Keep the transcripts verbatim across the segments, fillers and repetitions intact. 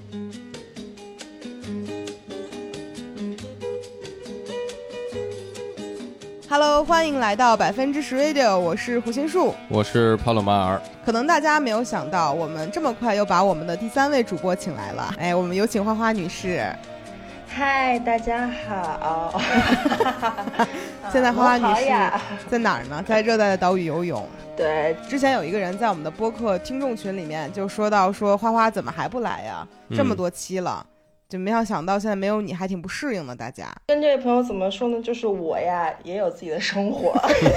Hello， 欢迎来到百分之十 Radio， 我是胡心树， 我是帕洛马尔。 可能大家没有想到，我们这么快又把我们的第三位主播请来了。哎，我们有请花花女士。 嗨，大家好。 现在花花女士在哪儿呢？在热带的岛屿游泳。 对， 之前有一个人在我们的播客听众群里面就说到说，花花怎么还不来呀？这么多期了。嗯，就没有想到现在没有你还挺不适应的。大家跟这位朋友怎么说呢，就是我呀也有自己的生活。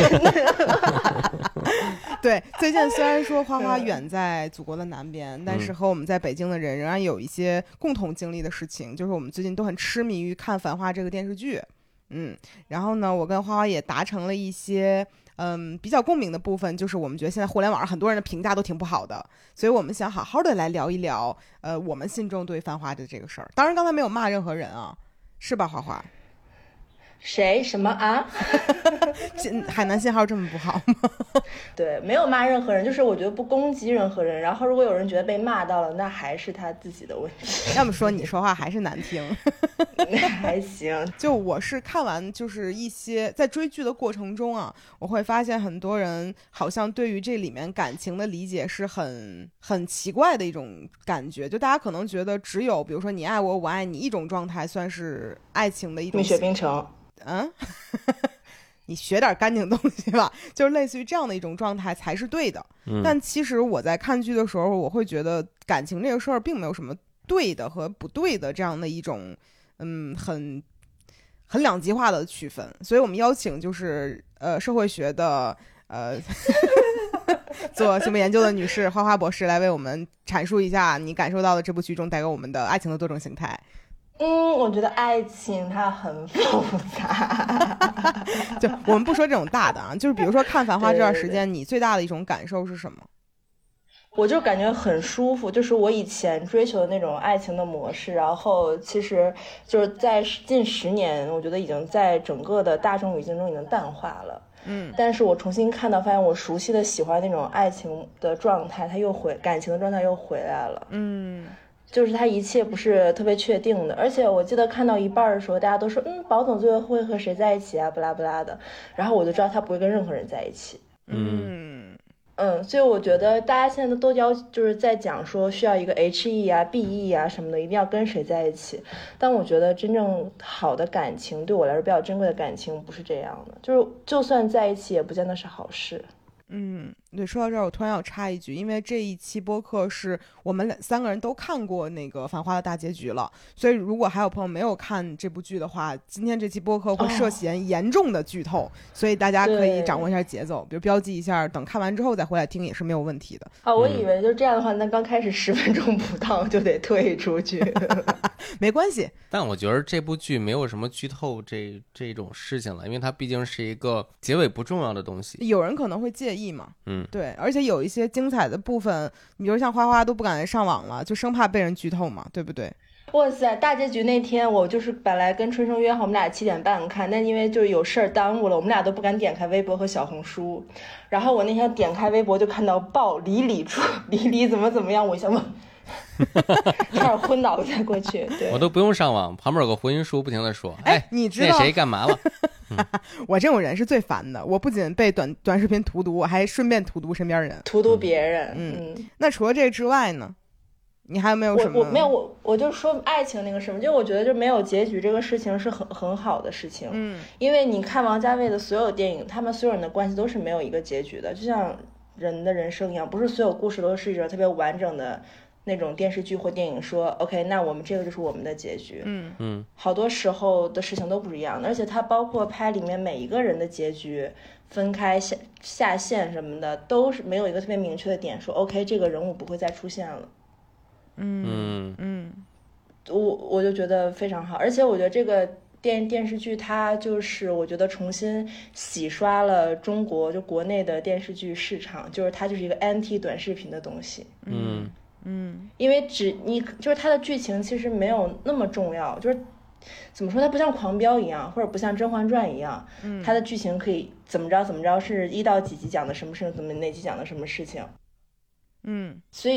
对，最近虽然说花花远在祖国的南边，但是和我们在北京的人仍然有一些共同经历的事情，就是我们最近都很痴迷于看《繁花》这个电视剧。嗯，然后呢我跟花花也达成了一些嗯，比较共鸣的部分，就是我们觉得现在互联网上很多人的评价都挺不好的，所以我们想好好的来聊一聊呃，我们心中对繁花的这个事儿。当然刚才没有骂任何人啊，是吧花花？ 谁？什么啊？ 海南信号这么不好吗？ 对，没有骂任何人，就是我觉得不攻击任何人，然后如果有人觉得被骂到了，那还是他自己的问题。 要么说你说话还是难听。 还行。 就我是看完就是一些在追剧的过程中啊，我会发现很多人好像对于这里面感情的理解是很很奇怪的一种感觉，就大家可能觉得只有比如说你爱我我爱你一种状态算是爱情的一种。 蜜雪冰城。 嗯，你学点干净东西吧，就是类似于这样的一种状态才是对的。嗯，但其实我在看剧的时候，我会觉得感情这个事儿并没有什么对的和不对的这样的一种嗯很很两极化的区分。所以我们邀请就是呃社会学的呃做行为研究的女士花花博士来为我们阐述一下你感受到的这部剧中带给我们的爱情的多种形态。 嗯，我觉得爱情它很复杂。 就我们不说这种大的啊，就是比如说看《繁花》这段时间，你最大的一种感受是什么？ 我就感觉很舒服，就是我以前追求的那种爱情的模式，然后其实就是在近十年，我觉得已经在整个的大众语境中已经淡化了。嗯，但是我重新看到，发现我熟悉的喜欢那种爱情的状态，它又回感情的状态又回来了。嗯。就是他一切不是特别确定的，而且我记得看到一半的时候，大家都说嗯，宝总最后会和谁在一起啊，不拉不拉的，然后我就知道他不会跟任何人在一起。嗯嗯，所以我觉得大家现在都要就是在讲说需要一个 H E 啊 B E 啊什么的，一定要跟谁在一起，但我觉得真正好的感情对我来说比较珍贵的感情不是这样的，就是就算在一起也不见得是好事。 嗯，对，说到这儿我突然要插一句，因为这一期播客是我们三个人都看过那个《繁花》的大结局了，所以如果还有朋友没有看这部剧的话，今天这期播客会涉嫌严重的剧透，哦，所以大家可以掌握一下节奏，比如标记一下，等看完之后再回来听也是没有问题的。 哦，我以为就这样的话，那刚开始十分钟不到就得退出去。 没关系， 但我觉得这部剧没有什么剧透这这种事情了，因为它毕竟是一个结尾不重要的东西。 有人可能会介意嘛， 嗯， 对，而且有一些精彩的部分，比如像花花都不敢上网了，就生怕被人剧透嘛，对不对？ 哇塞，大结局那天我就是本来跟春生约好我们俩七点半看，但因为就是有事儿耽误了，我们俩都不敢点开微博和小红书，然后我那天点开微博就看到爆李李出李李怎么怎么样，我一想问差点昏倒再过去。对， 我都不用上网，旁边有个回音书不停的说， 哎，你知道那谁干嘛了？ 嗯，我这种人是最烦的，我不仅被短短视频荼毒，我还顺便荼毒身边人， 荼毒别人。 嗯，嗯，那除了这个之外呢，你还有没有什么？ 我我没有，我我就说爱情那个什么，就我觉得就没有结局这个事情是很很好的事情。嗯，因为你看王家卫的所有电影，他们所有人的关系都是没有一个结局的，就像人的人生一样，不是所有故事都是一种特别完整的那种电视剧或电影说 OK 那我们这个就是我们的结局。嗯嗯，好多时候的事情都不是一样的，而且它包括拍里面每一个人的结局分开下下线什么的，都是没有一个特别明确的点说 OK 这个人物不会再出现了。嗯嗯，我我就觉得非常好，而且我觉得这个电电视剧它就是我觉得重新洗刷了中国就国内的电视剧市场，就是它就是一个 anti 短视频的东西。嗯嗯，因为只你就是它的剧情其实没有那么重要，就是怎么说它不像狂飙一样，或者不像甄嬛传一样，嗯，它的剧情可以怎么着怎么着，是一到几集讲的什么事情，怎么哪集讲的什么事情。嗯，所以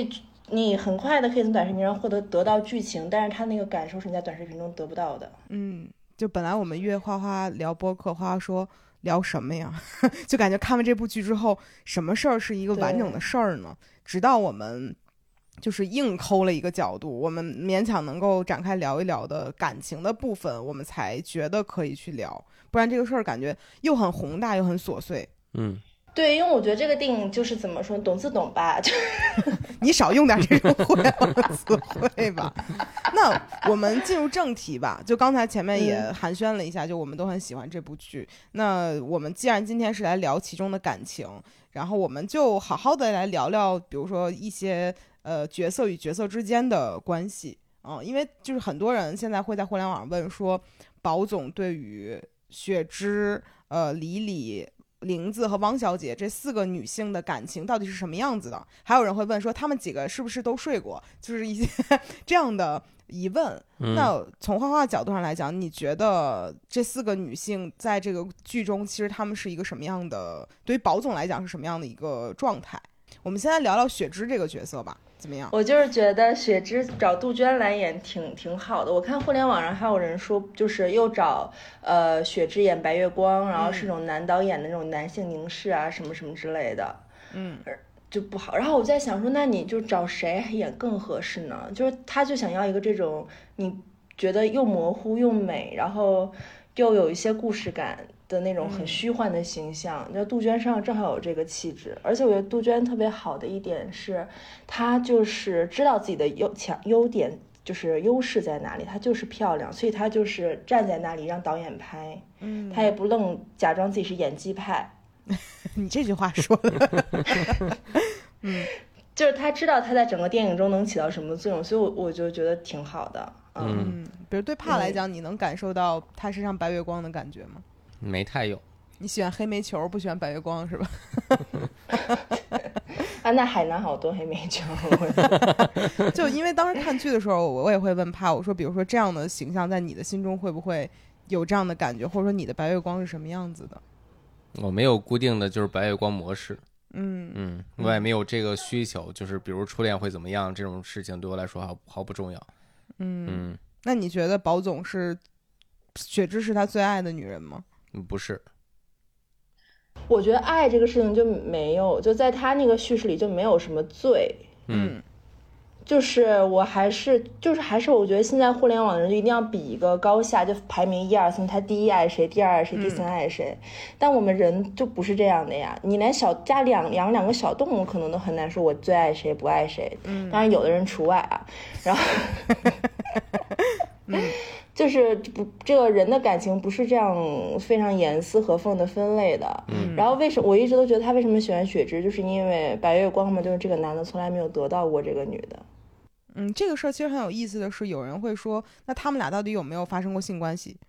你很快的可以从短视频上获得得到剧情，但是他那个感受是你在短视频中得不到的。 嗯，就本来我们约花花聊播客，花花说聊什么呀？就感觉看完这部剧之后，什么事儿是一个完整的事儿呢？直到我们就是硬抠了一个角度，我们勉强能够展开聊一聊的感情的部分，我们才觉得可以去聊，不然这个事儿感觉又很宏大又很琐碎。 嗯， 对，因为我觉得这个电影就是怎么说，懂自懂吧，就你少用点这种互联网的词汇吧。那我们进入正题吧，就刚才前面也寒暄了一下，就我们都很喜欢这部剧。那我们既然今天是来聊其中的感情，然后我们就好好的来聊聊，比如说一些呃角色与角色之间的关系啊、嗯，因为就是很多人现在会在互联网上问说，宝总对于雪芝、呃李李、玲子和汪小姐这四个女性的感情到底是什么样子的？还有人会问说，她们几个是不是都睡过？就是一些这样的疑问。 嗯、 那从画画角度上来讲，你觉得这四个女性在这个剧中，其实她们是一个什么样的？对于宝总来讲是什么样的一个状态？我们先来聊聊雪芝这个角色吧，怎么样？ 我就是觉得雪芝找杜鹃来演挺挺好的。我看互联网上还有人说，就是又找呃雪芝演白月光，然后是种男导演的那种男性凝视啊，什么什么之类的， 嗯， 就不好。然后我在想说，那你就找谁演更合适呢？就是他就想要一个这种你觉得又模糊又美，然后又有一些故事感的那种很虚幻的形象，那、嗯、杜鹃身上正好有这个气质。而且我觉得杜鹃特别好的一点是，她就是知道自己的优强优点，就是优势在哪里，她就是漂亮，所以她就是站在那里让导演拍， 嗯， 她也不愣假装自己是演技派。 你这句话说的， 嗯，就是她知道她在整个电影中能起到什么作用，所以我我就觉得挺好的。 嗯，嗯比如对帕来讲、嗯，你能感受到她身上白月光的感觉吗？ 没太有。 你喜欢黑煤球，不喜欢白月光是吧？ 啊，那海南好多黑煤球。 就因为当时看剧的时候，我也会问帕，我说，比如说这样的形象在你的心中会不会有这样的感觉，或者说你的白月光是什么样子的？ 我没有固定的就是白月光模式。 嗯嗯，我也没有这个需求，就是比如初恋会怎么样这种事情对我来说毫毫不重要。 嗯嗯， 那你觉得宝总是雪芝是他最爱的女人吗？ 不是， 我觉得爱这个事情就没有，就在他那个叙事里就没有什么罪。 嗯， 就是我还是就是还是我觉得现在互联网的人就一定要比一个高下，就排名一二三，他第一爱谁，第二爱谁，第三爱谁、嗯、但我们人就不是这样的呀，你连小家里养养两个小动物可能都很难说我最爱谁不爱谁，嗯，当然有的人除外啊，然后嗯， 就是不这个人的感情不是这样非常严丝合缝的分类的。 嗯， 然后为什么我一直都觉得他为什么喜欢雪芝，就是因为白月光嘛，就是这个男的从来没有得到过这个女的。 嗯，这个事儿其实很有意思的是，有人会说，那他们俩到底有没有发生过性关系？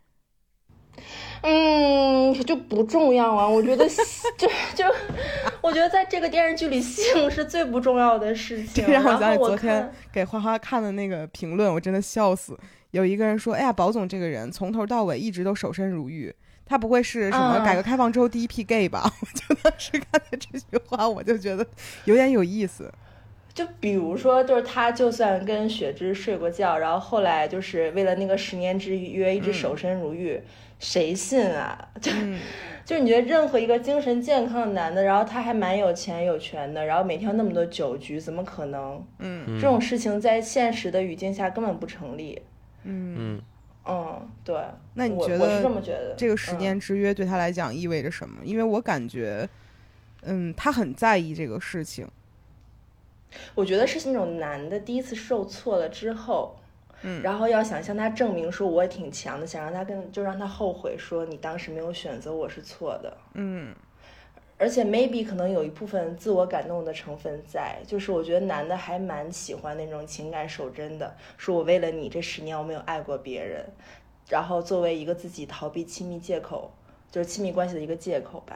嗯，就不重要啊。我觉得就就我觉得在这个电视剧里，性是最不重要的事情。 这让我想起昨天给花花看的那个评论，我真的笑死。有一个人说，哎呀，宝总这个人从头到尾一直都守身如玉，他不会是什么改革开放之后第一批 gay 吧、嗯、我就当时看见这句话我就觉得有点有意思。 就比如说就是他就算跟雪芝睡过觉，然后后来就是为了那个十年之约一直守身如玉、嗯、谁信啊？就、嗯、就是你觉得任何一个精神健康的男的，然后他还蛮有钱有权的，然后每天那么多酒局，怎么可能？ 嗯， 这种事情在现实的语境下根本不成立。 嗯嗯，对。 那你觉得我是这么觉得这个十年之约对他来讲意味着什么、嗯、因为我感觉嗯，他很在意这个事情。 我觉得是那种男的第一次受挫了之后， 嗯， 然后要想向他证明说我也挺强的，想让他跟就让他后悔说你当时没有选择我是错的。 嗯， 而且 maybe 可能有一部分自我感动的成分在，就是我觉得男的还蛮喜欢那种情感守贞的，说我为了你这十年我没有爱过别人，然后作为一个自己逃避亲密借口，就是亲密关系的一个借口吧。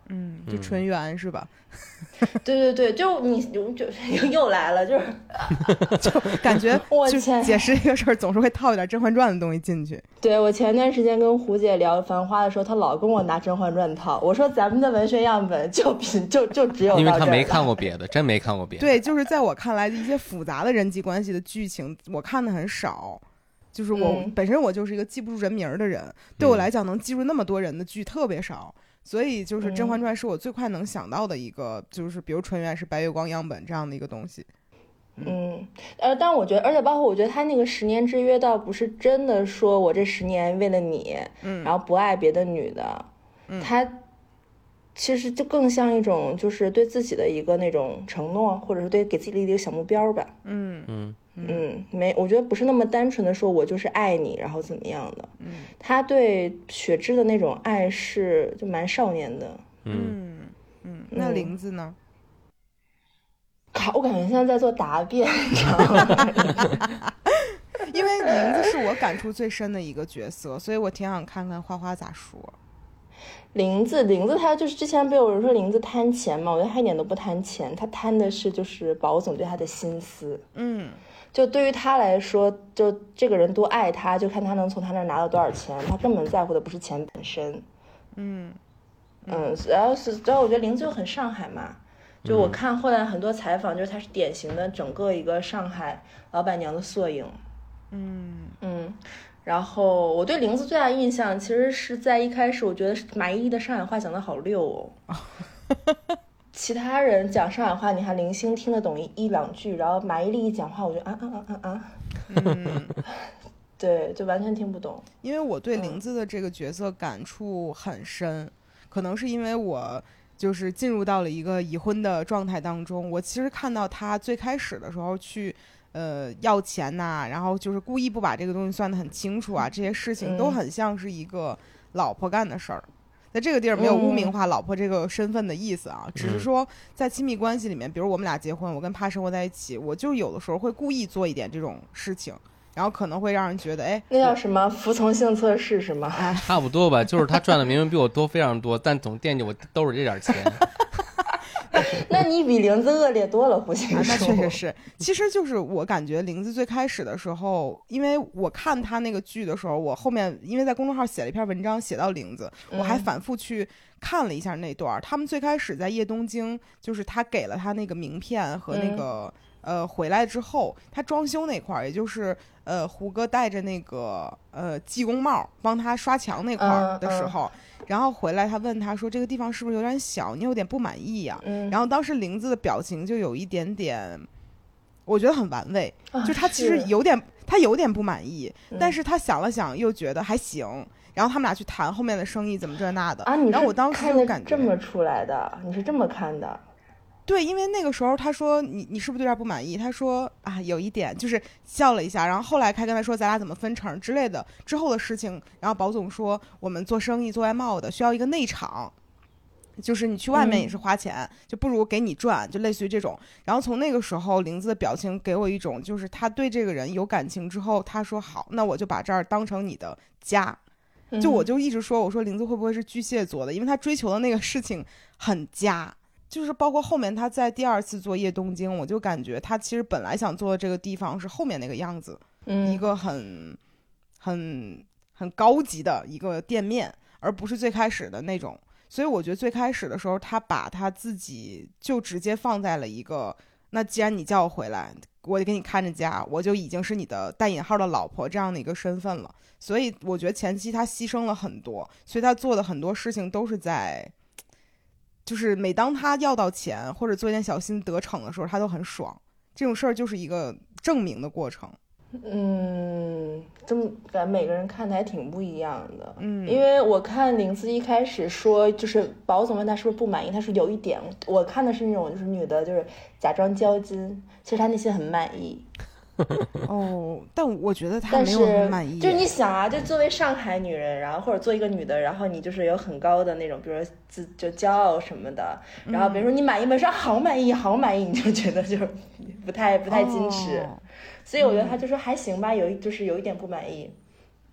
嗯，就纯元是吧？ 对对对，就你就就又来了，就是就感觉我就解释一个事儿，总是会套一点《甄嬛传》的东西进去。 对，我前段时间跟胡姐聊《繁花》的时候，她老跟我拿《甄嬛传》套，我说咱们的文学样本就比就就只有到这儿了， 因为他没看过别的，真没看过别的。 对，就是在我看来，一些复杂的人际关系的剧情，我看的很少。就是我、 嗯、 本身我就是一个记不住人名的人，对我来讲，能记住那么多人的剧特别少。所以就是《甄嬛传》是我最快能想到的一个，嗯、就是比如纯元是白月光样本这样的一个东西。 嗯，呃，但我觉得，而且包括我觉得他那个十年之约，倒不是真的说我这十年为了你， 嗯， 然后不爱别的女的， 嗯， 他其实就更像一种就是对自己的一个那种承诺，或者是对给自己的一个小目标吧。 嗯嗯嗯，没，我觉得不是那么单纯的说我就是爱你，然后怎么样的。 嗯， 他对雪芝的那种爱是就蛮少年的。 嗯嗯，那林子呢？ 靠，我感觉现在在做答辩，你知道吗？ 因为林子是我感触最深的一个角色，所以我挺想看看花花咋说。 林子，林子他就是之前不有人说林子贪钱嘛？我觉得他一点都不贪钱，他贪的是就是宝总对他的心思。 嗯。 就对于他来说，就这个人多爱他，就看他能从他那拿到多少钱，他根本在乎的不是钱本身。 嗯嗯，然后是，然后我觉得林子就很上海嘛，就我看后来很多采访，就是他是典型的整个一个上海老板娘的缩影。 嗯嗯，然后我对林子最大的印象，其实是在一开始，我觉得马伊琍的上海话讲的好溜哦。其他人讲上海话，你还零星听得懂一一两句，然后马伊琍一讲话，我就啊啊啊啊啊， 嗯， 对，就完全听不懂。 因为我对林子的这个角色感触很深，嗯、可能是因为我就是进入到了一个已婚的状态当中。我其实看到他最开始的时候去呃要钱呐、啊，然后就是故意不把这个东西算得很清楚啊，这些事情都很像是一个老婆干的事儿。在这个地儿没有污名化老婆这个身份的意思啊，嗯、只是说在亲密关系里面，比如我们俩结婚，我跟他生活在一起，我就有的时候会故意做一点这种事情，然后可能会让人觉得，哎， 那叫什么服从性测试是吗？ 差不多吧，就是他赚的明明比我多非常多，但总惦记我兜着这点钱。 那你比林子恶劣多了，胡先生、 啊。那确实是，其实就是我感觉林子最开始的时候，因为我看他那个剧的时候，我后面因为在公众号写了一篇文章，写到林子，我还反复去看了一下那段。嗯、他们最开始在叶东京，就是他给了他那个名片和那个、嗯、呃回来之后，他装修那块儿，也就是呃胡歌戴着那个呃济公帽帮他刷墙那块儿的时候。嗯嗯然后回来，他问他说：“这个地方是不是有点小？你有点不满意呀、啊？”嗯、然后当时林子的表情就有一点点，我觉得很玩味，啊、就他其实有点，他有点不满意，嗯、但是他想了想，又觉得还行。然后他们俩去谈后面的生意怎么这那的啊。你然后我当时就感觉这么出来的，你是这么看的？ 对，因为那个时候他说你你是不是对这不满意？他说啊有一点，就是笑了一下。然后后来开跟他说咱俩怎么分成之类的之后的事情。然后宝总说我们做生意做外贸的需要一个内场，就是你去外面也是花钱，嗯、就不如给你赚，就类似于这种。然后从那个时候林子的表情给我一种就是他对这个人有感情之后，他说好，那我就把这儿当成你的家。就我就一直说我说林子会不会是巨蟹座的，因为他追求的那个事情很家。就是包括后面他在第二次做叶东京，我就感觉他其实本来想做的这个地方是后面那个样子， 嗯、 一个很很很高级的一个店面，而不是最开始的那种。所以我觉得最开始的时候，他把他自己就直接放在了一个，那既然你叫我回来，我得给你看着家，我就已经是你的带引号的老婆这样的一个身份了。所以我觉得前期他牺牲了很多，所以他做的很多事情都是在。就是每当他要到钱或者做一件小心得逞的时候，他都很爽。这种事儿就是一个证明的过程。 嗯，这么感每个人看的还挺不一样的。 嗯， 因为我看林子一开始说，就是宝总问他是不是不满意，他说有一点。我看的是那种就是女的，就是假装娇矜，其实他内心很满意。 哦，但我觉得他没有很满意。 就是你想啊，就作为上海女人，然后或者做一个女的，然后你就是有很高的那种，比如说自就骄傲什么的，然后比如说你满意没说好满意好满意，你就觉得就是不太不太矜持。哦、所以我觉得他就说还行吧，有就是有一点不满意。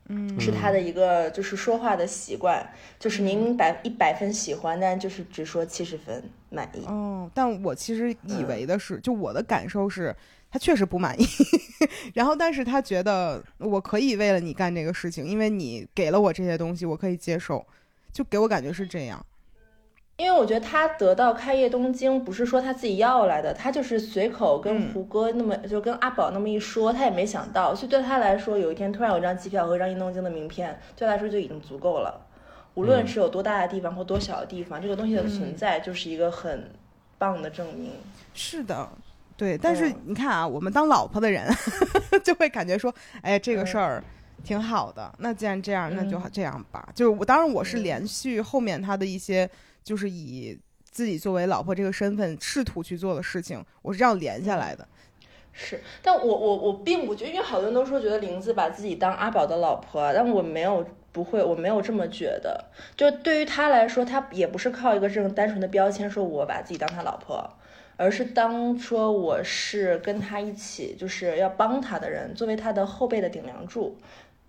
嗯， 是他的一个就是说话的习惯，就是明明百一百分喜欢，但就是只说七十分满意。 哦，但我其实以为的是，嗯、就我的感受是，他确实不满意，然后但是他觉得我可以为了你干这个事情，因为你给了我这些东西，我可以接受，就给我感觉是这样。 因为我觉得他得到开业东京不是说他自己要来的，他就是随口跟胡歌那么、嗯、就跟阿宝那么一说，他也没想到，所以对他来说有一天突然有张机票和一张印东京的名片，对他来说就已经足够了。无论是有多大的地方或多小的地方、嗯、这个东西的存在就是一个很棒的证明。 是的，对，但是你看啊、嗯、我们当老婆的人就会感觉说哎这个事儿挺好的、嗯、那既然这样那就这样吧、嗯、就是我当然我是连续后面他的一些就是以自己作为老婆这个身份试图去做的事情，我是这样连下来的。 是，但我我我并不觉得，因为好多人都说觉得林子把自己当阿宝的老婆，但我没有，不会，我没有这么觉得。就对于他来说，他也不是靠一个这种单纯的标签说我把自己当他老婆，而是当说我是跟他一起就是要帮他的人，作为他的后背的顶梁柱。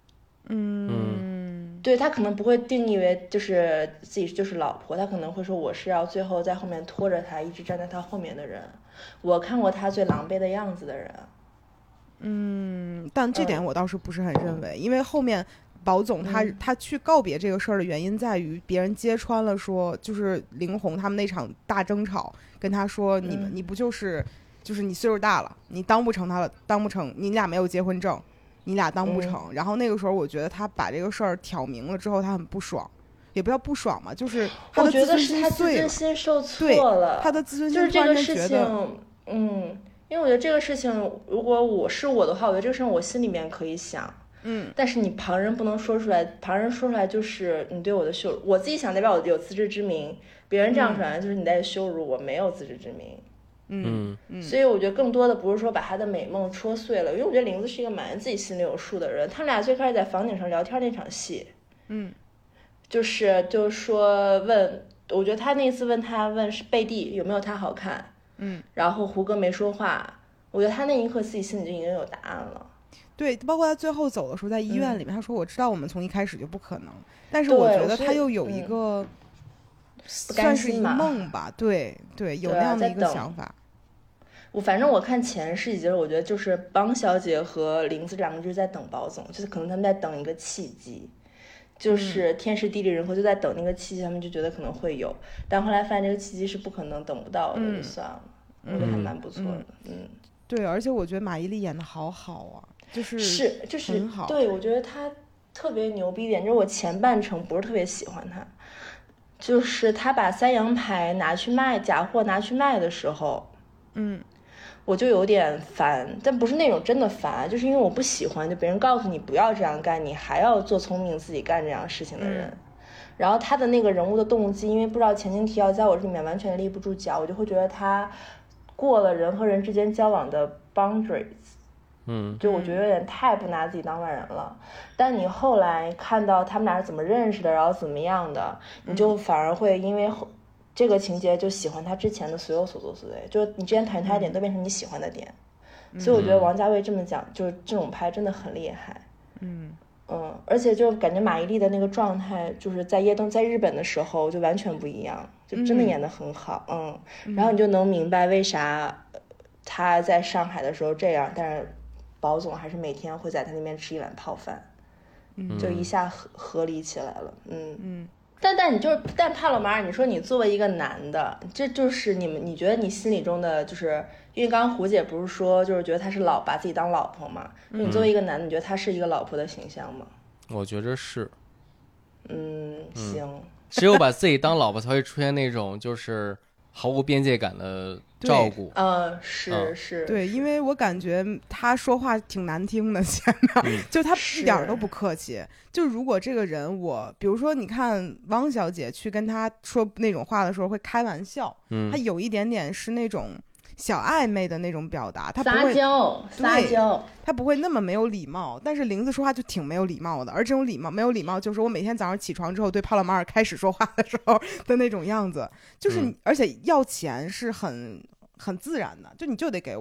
嗯，对，他可能不会定义为就是自己就是老婆，他可能会说我是要最后在后面拖着他一直站在他后面的人，我看过他最狼狈的样子的人。 嗯，但这点我倒是不是很认为、嗯、因为后面宝总他、嗯、他去告别这个事儿的原因在于别人揭穿了说就是林红他们那场大争吵，跟他说你们、嗯、你不就是就是你岁数大了，你当不成他了，当不成，你俩没有结婚证，你俩当不成、嗯、然后那个时候我觉得他把这个事儿挑明了之后他很不爽，也不要不爽嘛，就是他的自尊心碎了， 我觉得是他自尊心受挫了， 他的自尊心就是这个事情。嗯，因为我觉得这个事情如果我是我的话，我觉得这个事情我心里面可以想， 嗯， 但是你旁人不能说出来，旁人说出来就是你对我的羞辱，我自己想代表我有自知之明，别人这样说来就是你在羞辱我没有自知之明。 嗯嗯， 所以我觉得更多的不是说把他的美梦戳碎了，因为我觉得林子是一个蛮自己心里有数的人。他们俩最开始在房顶上聊天那场戏， 嗯， 就是就是说问，我觉得他那次问他问是贝蒂有没有他好看， 嗯， 然后胡歌没说话，我觉得他那一刻自己心里就已经有答案了。 对，包括他最后走的时候在医院里面、嗯、他说我知道我们从一开始就不可能，但是我觉得他又有一个、嗯、算是一个梦吧，对对，有那样的一个想法。 我反正我看前十几集，我觉得就是邦小姐和林子两个就是在等宝总，就是可能他们在等一个契机，就是天时地利人和，就在等那个契机，他们就觉得可能会有，但后来发现这个契机是不可能等不到的，嗯、就算了。我觉得还蛮不错的，嗯，嗯对，而且我觉得马伊琍演的好好啊，就是是就是很好， 对，我觉得她特别牛逼一点，就是我前半程不是特别喜欢她，就是她把三羊牌拿去卖，假货拿去卖的时候， 嗯。 我就有点烦，但不是那种真的烦，就是因为我不喜欢就别人告诉你不要这样干，你还要做聪明自己干这样事情的人、嗯、然后他的那个人物的动机因为不知道前情提要在我这里面完全立不住脚，我就会觉得他过了人和人之间交往的 boundaries， 嗯， 就我觉得有点太不拿自己当外人了。但你后来看到他们俩是怎么认识的，然后怎么样的，你就反而会因为这个情节就喜欢他之前的所有所作所为，就是你之前讨厌他的点都变成你喜欢的点、嗯、所以我觉得王家卫这么讲就是这种拍真的很厉害。 嗯嗯，而且就感觉马伊琍的那个状态就是在耶东在日本的时候就完全不一样，就真的演得很好。 嗯, 嗯然后你就能明白为啥他在上海的时候这样，但是宝总还是每天会在他那边吃一碗泡饭、嗯、就一下合合理起来了。嗯嗯但但你就是但帕洛马尔，你说你作为一个男的，这就是你们你觉得你心里中的，就是因为刚刚胡姐不是说就是觉得他是老把自己当老婆嘛、嗯、你作为一个男的你觉得他是一个老婆的形象吗？ 我觉得是。 嗯，行、嗯、 只有把自己当老婆才会出现那种就是毫无边界感的照顾。 嗯，是是， 对，因为我感觉他说话挺难听的，前面、嗯、就他一点都不客气。就如果这个人我比如说你看汪小姐去跟他说那种话的时候会开玩笑，嗯，他有一点点是那种小暧昧的那种表达，他不会撒娇撒娇， 他不会那么没有礼貌。但是林子说话就挺没有礼貌的，而这种礼貌没有礼貌就是我每天早上起床之后对帕洛马尔开始说话的时候的那种样子，就是、嗯、而且要钱是很很自然的，就你就得给我，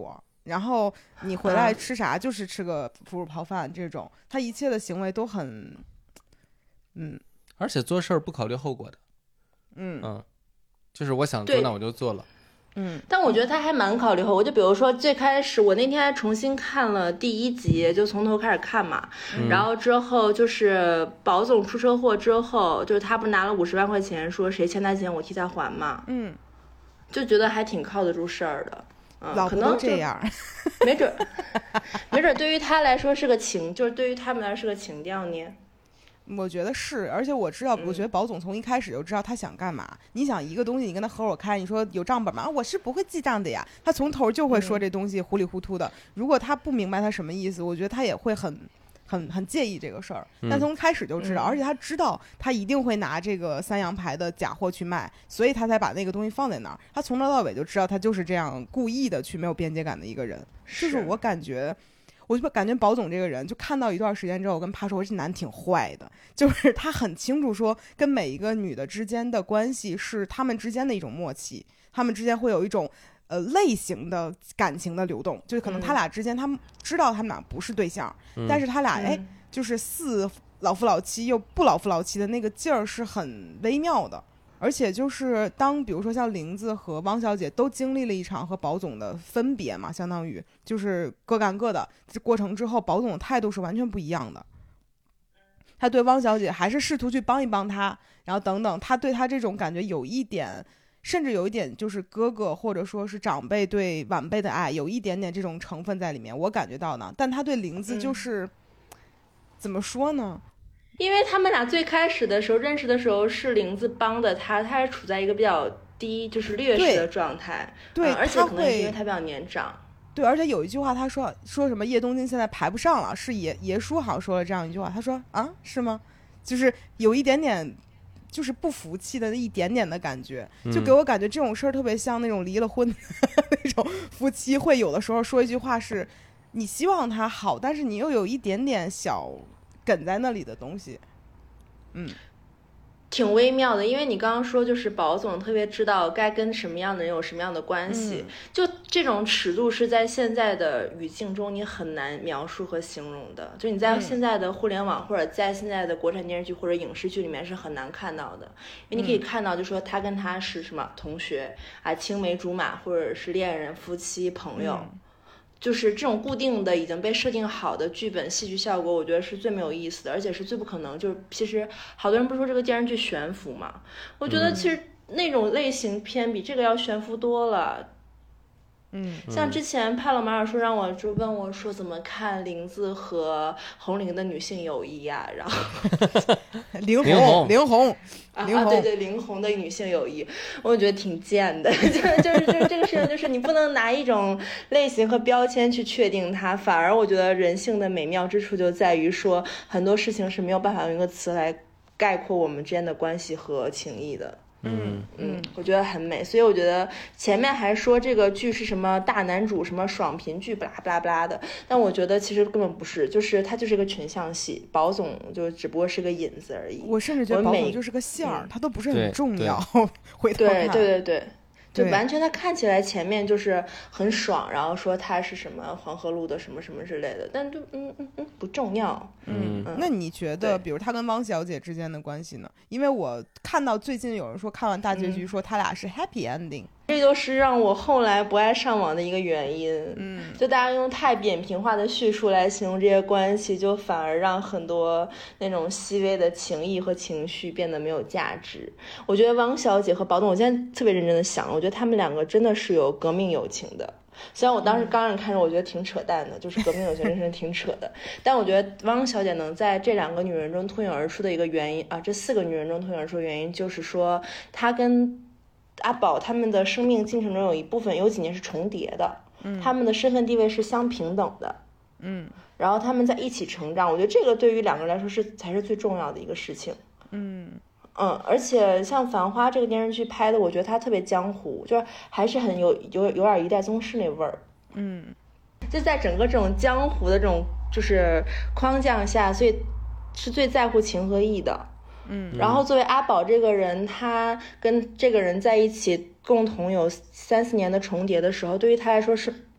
然后你回来吃啥就是吃个腐乳泡饭这种，他一切的行为都很，嗯， 而且做事儿不考虑后果的， 嗯嗯，就是我想做那我就做了。 嗯， 但我觉得他还蛮考虑后果，就比如说最开始我那天还重新看了第一集，就从头开始看嘛， 嗯、 然后之后就是宝总出车祸之后，就是他不是拿了五十万块钱，说谁欠他钱我替他还嘛， 嗯， 就觉得还挺靠得住事儿的，嗯， 老婆都这样， 没准，没准对于他来说是个情，就是对于他们来说是个情调呢。 我觉得是，而且我知道，我觉得宝总从一开始就知道他想干嘛。嗯、你想一个东西，你跟他合伙开，你说有账本吗？我是不会记账的呀。他从头就会说这东西糊里糊涂的。嗯、如果他不明白他什么意思，我觉得他也会很、很、很介意这个事儿。但从开始就知道， 嗯、 而且他知道他一定会拿这个三洋牌的假货去卖，所以他才把那个东西放在那儿。他从头到尾就知道他就是这样故意的去没有边界感的一个人。 是就是我感觉。我就感觉宝总这个人，就看到一段时间之后，我跟他说，这男挺坏的，就是他很清楚说，跟每一个女的之间的关系是他们之间的一种默契，他们之间会有一种呃类型的感情的流动，就是可能他俩之间，他们知道他们俩不是对象，嗯、但是他俩哎，就是似老夫老妻又不老夫老妻的那个劲儿是很微妙的。而且就是当比如说像玲子和汪小姐都经历了一场和宝总的分别嘛，相当于就是各干各的这过程之后，宝总的态度是完全不一样的。他对汪小姐还是试图去帮一帮她，然后等等，他对她这种感觉有一点，甚至有一点就是哥哥或者说是长辈对晚辈的爱，有一点点这种成分在里面，我感觉到呢。但他对玲子就是、嗯、怎么说呢？ 因为他们俩最开始的时候认识的时候是玲子帮的他，他是处在一个比较低就是劣势的状态， 对、嗯， 而且可能是因为他比较年长， 对，而且有一句话他说说什么叶东京现在排不上了，是爷爷叔好像说了这样一句话，他说啊是吗？就是有一点点就是不服气的一点点的感觉，就给我感觉这种事儿特别像那种离了婚那种夫妻会有的时候说一句话是你希望他好，但是你又有一点点小梗在那里的东西，嗯， 挺微妙的。因为你刚刚说就是宝总特别知道该跟什么样的人有什么样的关系、嗯、就这种尺度是在现在的语境中你很难描述和形容的，就你在现在的互联网、嗯、或者在现在的国产电视剧或者影视剧里面是很难看到的。因为你可以看到就说他跟他是什么同学啊，青梅竹马或者是恋人夫妻朋友、嗯，就是这种固定的已经被设定好的剧本戏剧效果，我觉得是最没有意思的，而且是最不可能。就是其实好多人不是说这个电视剧悬浮嘛，我觉得其实那种类型片比这个要悬浮多了。 嗯， 像之前帕洛马尔说让我就问我说怎么看玲子和红玲的女性友谊呀、啊，然后玲红玲红啊啊对对玲红的女性友谊，我觉得挺贱的，就是就是就是这个事情，就是你不能拿一种类型和标签去确定它，反而我觉得人性的美妙之处就在于说很多事情是没有办法用一个词来概括我们之间的关系和情谊的。 嗯嗯，我觉得很美，所以我觉得前面还说这个剧是什么大男主什么爽频剧不拉不拉不拉的，但我觉得其实根本不是，就是它就是个群像戏，宝总就只不过是个引子而已。 我甚至觉得宝总就是个线儿，它都不是很重要。回头看，对对对对。就完全他看起来前面就是很爽，然后说他是什么黄河路的什么什么之类的，但就嗯嗯嗯不重要。 嗯，嗯那你觉得比如他跟汪小姐之间的关系呢？因为我看到最近有人说看完大结局说他俩是 happy ending、嗯、 这就是让我后来不爱上网的一个原因。 嗯， 就大家用太扁平化的叙述来形容这些关系，就反而让很多那种细微的情谊和情绪变得没有价值。我觉得汪小姐和宝总，我现在特别认真的想，我觉得他们两个真的是有革命友情的。虽然我当时刚开始看着我觉得挺扯淡的，就是革命友情真是挺扯的，但我觉得汪小姐能在这两个女人中脱颖而出的一个原因啊，这四个女人中脱颖而出的原因就是说她跟阿宝他们的生命进程中有一部分有几年是重叠的，嗯，他们的身份地位是相平等的， 嗯， 然后他们在一起成长，我觉得这个对于两个人来说是才是最重要的一个事情。 嗯嗯，而且像《繁花》这个电视剧拍的，我觉得它特别江湖，就是还是很有有有点一代宗师那味儿。 嗯， 就在整个这种江湖的这种就是框架下，所以是最在乎情和义的。 嗯， 然后作为阿宝这个人，他跟这个人在一起共同有三四年的重叠的时候，对于他来说是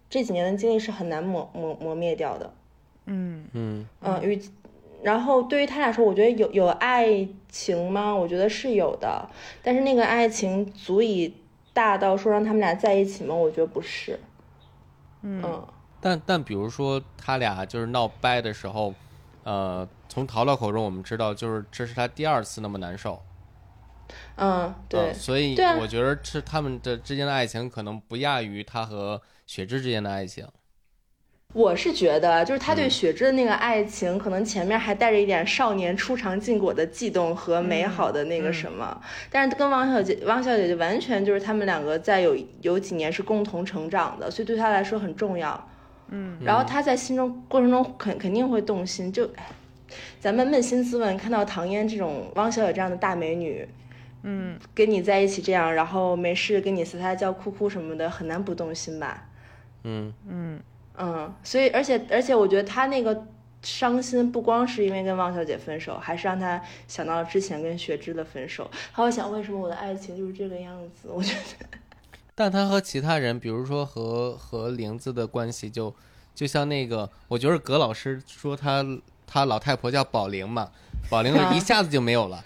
这几年的经历是很难磨磨磨灭掉的。 嗯嗯嗯，与然后对于他俩说，我觉得有有爱情吗？我觉得是有的，但是那个爱情足以大到说让他们俩在一起吗？我觉得不是。 嗯， 嗯但但比如说他俩就是闹掰的时候，呃，从陶陶口中我们知道，就是这是他第二次那么难受。 嗯，对， 呃、所以对啊我觉得是他们的之间的爱情可能不亚于他和雪芝之间的爱情。 我是觉得，就是他对雪芝的那个爱情，嗯、可能前面还带着一点少年初尝禁果的悸动和美好的那个什么，嗯嗯、但是跟汪小姐，汪小姐就完全就是他们两个在有有几年是共同成长的，所以对他来说很重要。 嗯， 然后他在心中过程中肯肯定会动心，就咱们扪心自问，看到唐嫣这种汪小姐这样的大美女， 嗯， 跟你在一起这样，然后没事跟你撒撒娇、哭哭什么的，很难不动心吧？ 嗯嗯。 嗯，所以而且而且我觉得他那个伤心不光是因为跟汪小姐分手，还是让他想到了之前跟雪芝的分手，他会想为什么我的爱情就是这个样子。我觉得， 但他和其他人，比如说和和玲子的关系就，就像那个，我觉得葛老师说他他老太婆叫宝玲嘛，宝玲一下子就没有了。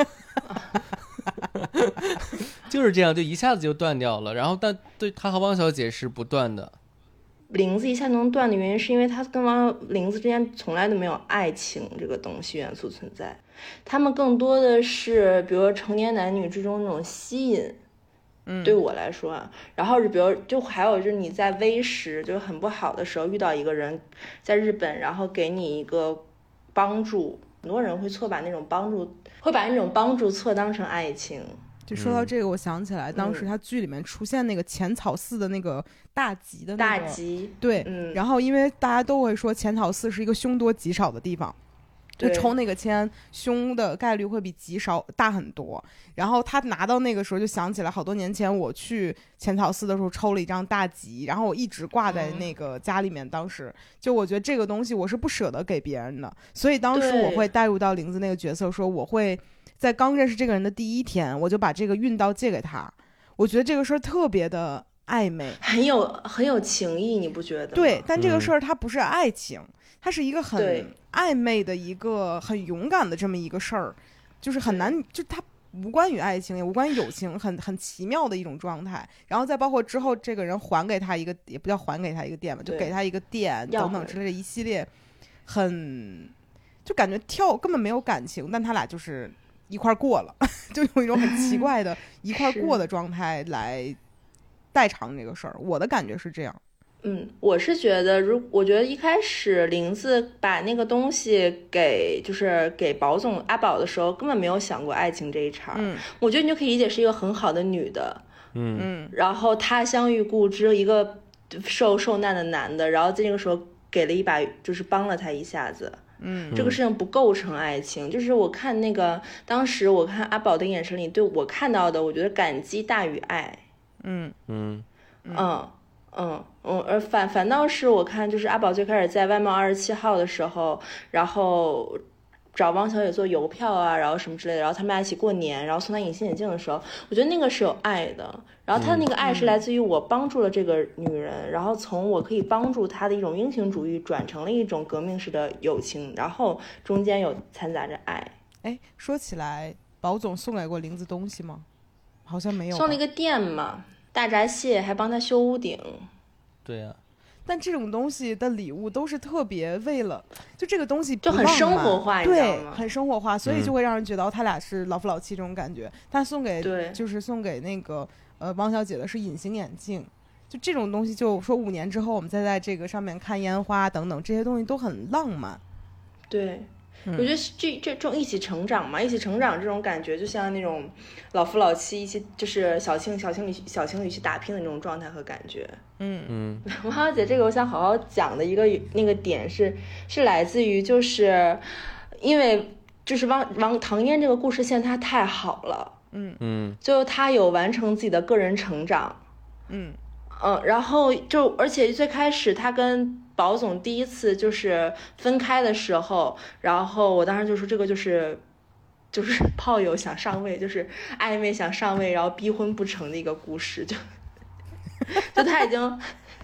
就是这样，就一下子就断掉了。然后，但对他和汪小姐是不断的。 玲子一下能断的原因是因为他跟汪玲子之间从来都没有爱情这个东西元素存在，他们更多的是比如说成年男女之中那种吸引， 嗯， 对我来说啊，然后是比如就还有就是你在微时就是很不好的时候遇到一个人在日本，然后给你一个帮助，很多人会错把那种帮助会把那种帮助错当成爱情。 就说到这个，我想起来，当时他剧里面出现那个浅草寺的那个大吉的那个大吉， 对， 嗯， 然后因为大家都会说浅草寺是一个凶多吉少的地方，就抽那个签，凶的概率会比吉少大很多。然后他拿到那个时候就想起来，好多年前我去浅草寺的时候抽了一张大吉，然后我一直挂在那个家里面。当时就我觉得这个东西我是不舍得给别人的，所以当时我会带入到玲子那个角色，说我会在刚认识这个人的第一天，我就把这个运刀借给他。我觉得这个事儿特别的暧昧， 很有很有情义，你不觉得吗？ 对，但这个事儿它不是爱情，它是一个很暧昧的一个很勇敢的这么一个事儿，就是很难，就它无关于爱情，也无关于友情，很很奇妙的一种状态。然后再包括之后这个人还给他一个，也不叫还给他一个店吧，就给他一个店等等之类的一系列，很就感觉跳根本没有感情，但他俩就是一块过了，就用一种很奇怪的一块过的状态来代偿这个事儿。我的感觉是这样。 嗯，我是觉得，如我觉得一开始玲子把那个东西给就是给宝总阿宝的时候，根本没有想过爱情这一茬。 嗯， 我觉得你就可以理解是一个很好的女的， 嗯， 然后他乡遇故知，一个受受难的男的，然后在这个时候给了一把，就是帮了他一下子。 嗯， 这个事情不构成爱情，就是我看那个当时我看阿宝的眼神里，对我看到的，我觉得感激大于爱。 嗯嗯嗯嗯嗯，而反反倒是我看，就是阿宝最开始在外贸二十七号的时候，然后找汪小姐做邮票啊，然后什么之类的，然后他们俩一起过年，然后送她隐形眼镜的时候，我觉得那个是有爱的。然后他的那个爱是来自于我帮助了这个女人，嗯、然后从我可以帮助她的一种英雄主义转成了一种革命式的友情，然后中间有掺杂着爱。 哎，说起来，宝总送给过玲子东西吗？好像没有。 送了一个店嘛，大闸蟹，还帮他修屋顶。 对呀、啊。 但这种东西的礼物都是特别为了，就这个东西就很生活化， 对， 你知道吗？ 很生活化，所以就会让人觉得、嗯、他俩是老夫老妻这种感觉。他送给， 对， 就是送给那个呃汪小姐的是隐形眼镜，就这种东西，就说五年之后我们再在这个上面看烟花等等，这些东西都很浪漫。 对。我觉得这这这种一起成长嘛，一起成长这种感觉，就像那种老夫老妻一起，就是小情小情侣小情侣去打拼的那种状态和感觉。 嗯嗯， 王小姐，这个我想好好讲的一个那个点是，是来自于就是因为就是王王唐嫣这个故事线它太好了， 嗯嗯， 最后她有完成自己的个人成长， 嗯嗯，然后就而且最开始她跟宝总第一次就是分开的时候，然后我当时就说这个就是就是炮友想上位，就是暧昧想上位，然后逼婚不成的一个故事，就就他已经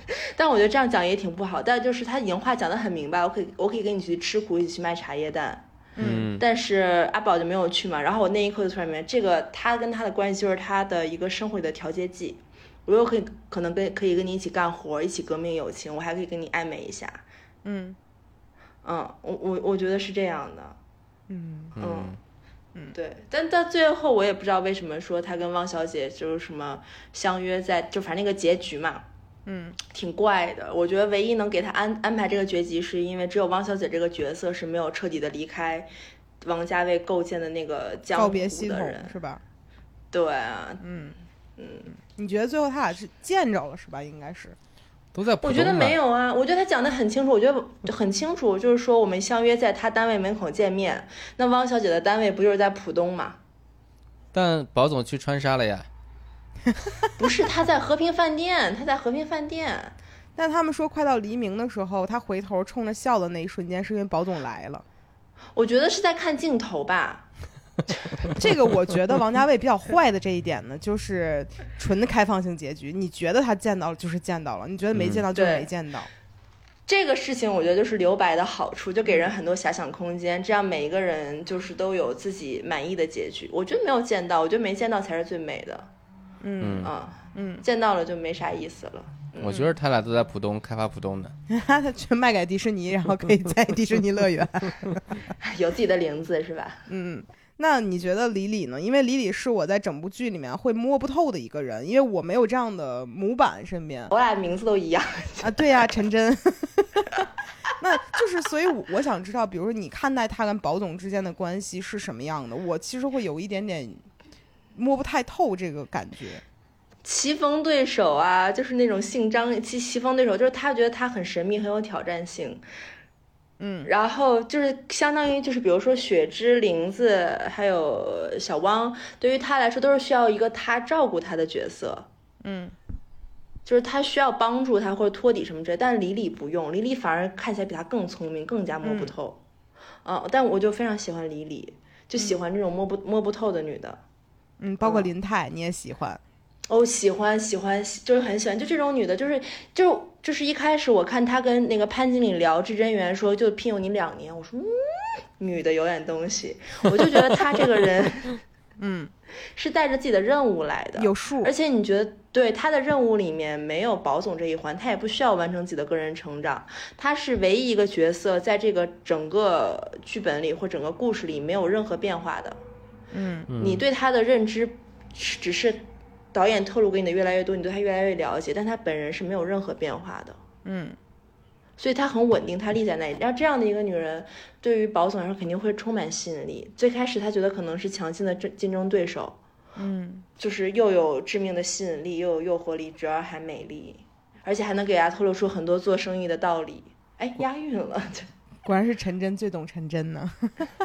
但我觉得这样讲也挺不好。但就是他已经话讲得很明白，我可以我可以跟你去吃苦，一起去卖茶叶蛋。 嗯， 但是阿宝就没有去嘛。然后我那一刻就突然明白，这个他跟他的关系就是他的一个生活里的调节剂。我又可以可能跟可以跟你一起干活，一起革命友情，我还可以跟你暧昧一下。 嗯嗯，我我我觉得是这样的。 嗯嗯嗯，对。但到最后我也不知道为什么说他跟汪小姐就是什么相约在，就反正那个结局嘛。 嗯， 挺怪的。我觉得唯一能给他安安排这个结局，是因为只有汪小姐这个角色是没有彻底的离开王家卫构建的那个江湖告别系统的人， 是吧？ 对啊， 嗯嗯， 你觉得最后他俩是见着了是吧？应该是都在浦东。 我觉得没有啊，我觉得他讲得很清楚，我觉得很清楚，就是说我们相约在他单位门口见面。那汪小姐的单位不就是在浦东吗？ 但宝总去川沙了呀。 不是，他在和平饭店，他在和平饭店。 但他们说快到黎明的时候，他回头冲着笑的那一瞬间，是因为宝总来了。 我觉得是在看镜头吧。 这个我觉得王家卫比较坏的这一点呢，就是纯的开放性结局。你觉得他见到了就是见到了，你觉得没见到就是没见到。嗯， 这个事情我觉得就是留白的好处，就给人很多遐想空间，这样每一个人就是都有自己满意的结局。我觉得没有见到，我觉得没见到才是最美的。 嗯啊嗯， 见到了就没啥意思了。 嗯、我觉得他俩都在浦东开发浦东的， 他去卖给迪士尼，然后可以在迪士尼乐园有自己的林子是吧？ 嗯。那你觉得李李呢？因为李李是我在整部剧里面会摸不透的一个人，因为我没有这样的模板身边。 我俩名字都一样啊，对呀、啊，陈真。那就是，所以我想知道，比如说你看待他跟宝总之间的关系是什么样的？我其实会有一点点摸不太透这个感觉。 棋逢对手啊，就是那种姓张，棋棋逢对手，就是他觉得他很神秘，很有挑战性。 嗯， 然后就是相当于就是比如说雪芝、林子还有小汪，对于他来说都是需要一个他照顾他的角色。 嗯， 就是他需要帮助他或者托底什么之类，但李李不用，李李反而看起来比他更聪明，更加摸不透。嗯、呃，但我就非常喜欢李李，就喜欢这种摸不、嗯、摸不透的女的。 嗯，包括林泰、嗯、你也喜欢。 哦，喜欢喜欢，就是很喜欢，就这种女的，就是就就是一开始我看她跟那个潘经理聊至真园说就聘用你两年，我说嗯，女的有点东西，我就觉得她这个人， 嗯， 是带着自己的任务来的， 有数， 而且你觉得对她的任务里面没有宝总这一环，她也不需要完成自己的个人成长，她是唯一一个角色在这个整个剧本里或整个故事里没有任何变化的， 嗯， 你对她的认知只是。导演透露给你的越来越多，你对他越来越了解，但他本人是没有任何变化的。 嗯， 所以他很稳定，他立在那里。然后这样的一个女人，对于宝总来说肯定会充满吸引力。最开始他觉得可能是强劲的竞争对手， 嗯， 就是又有致命的吸引力，又有诱惑力，主要还美丽，而且还能给大家透露出很多做生意的道理。哎，押韵了， 果然是陈真最懂陈真呢。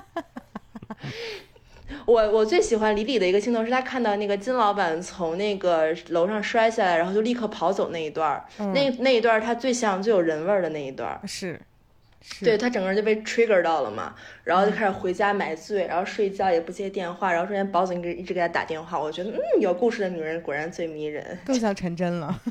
我我最喜欢李李的一个镜头是他看到那个金老板从那个楼上摔下来，然后就立刻跑走那一段，嗯、那那一段他最像最有人味的那一段， 是，是对他整个人就被 trigger 到了嘛，然后就开始回家买醉，然后睡觉也不接电话，然后中间宝总一直一直给他打电话，我觉得嗯，有故事的女人果然最迷人， 更像陈真了。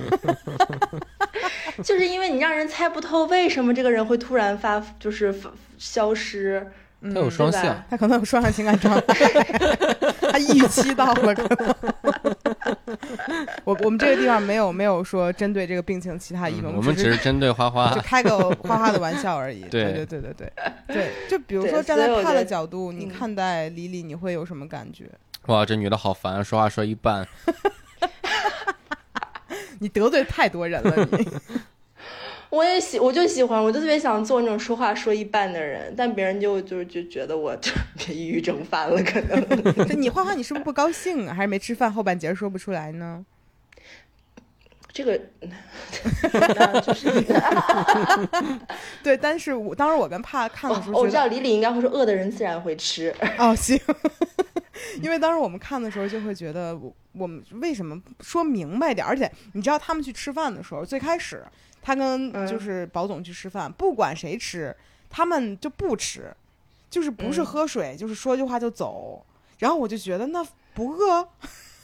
就是因为你让人猜不透为什么这个人会突然发就是消失。 他有双向、 嗯，他可能有双向情感障碍，他预期到了可能。我我们这个地方没有没有说针对这个病情其他疑问、 嗯，我们只是针对花花， 就开个花花的玩笑而已。 对对对对对对对，就比如说站在他的角度，你看待李李，你会有什么感觉？ 哇，这女的好烦，说话说一半。 你得罪太多人了，你。 我也喜，我就喜欢，我就特别想做那种说话说一半的人，但别人就就就觉得我就抑郁症犯了，可能。 你花花，你是不是不高兴啊？还是没吃饭？后半截说不出来呢？ 这个，那就是。 对，但是我当时我跟帕看的时候、 哦，我知道李李应该会说饿的人自然会吃。 哦，行。因为当时我们看的时候就会觉得我，我们为什么说明白点？而且你知道他们去吃饭的时候，最开始。他跟就是宝总去吃饭、嗯、不管谁吃他们就不吃，就是不是喝水、嗯、就是说句话就走，然后我就觉得那不饿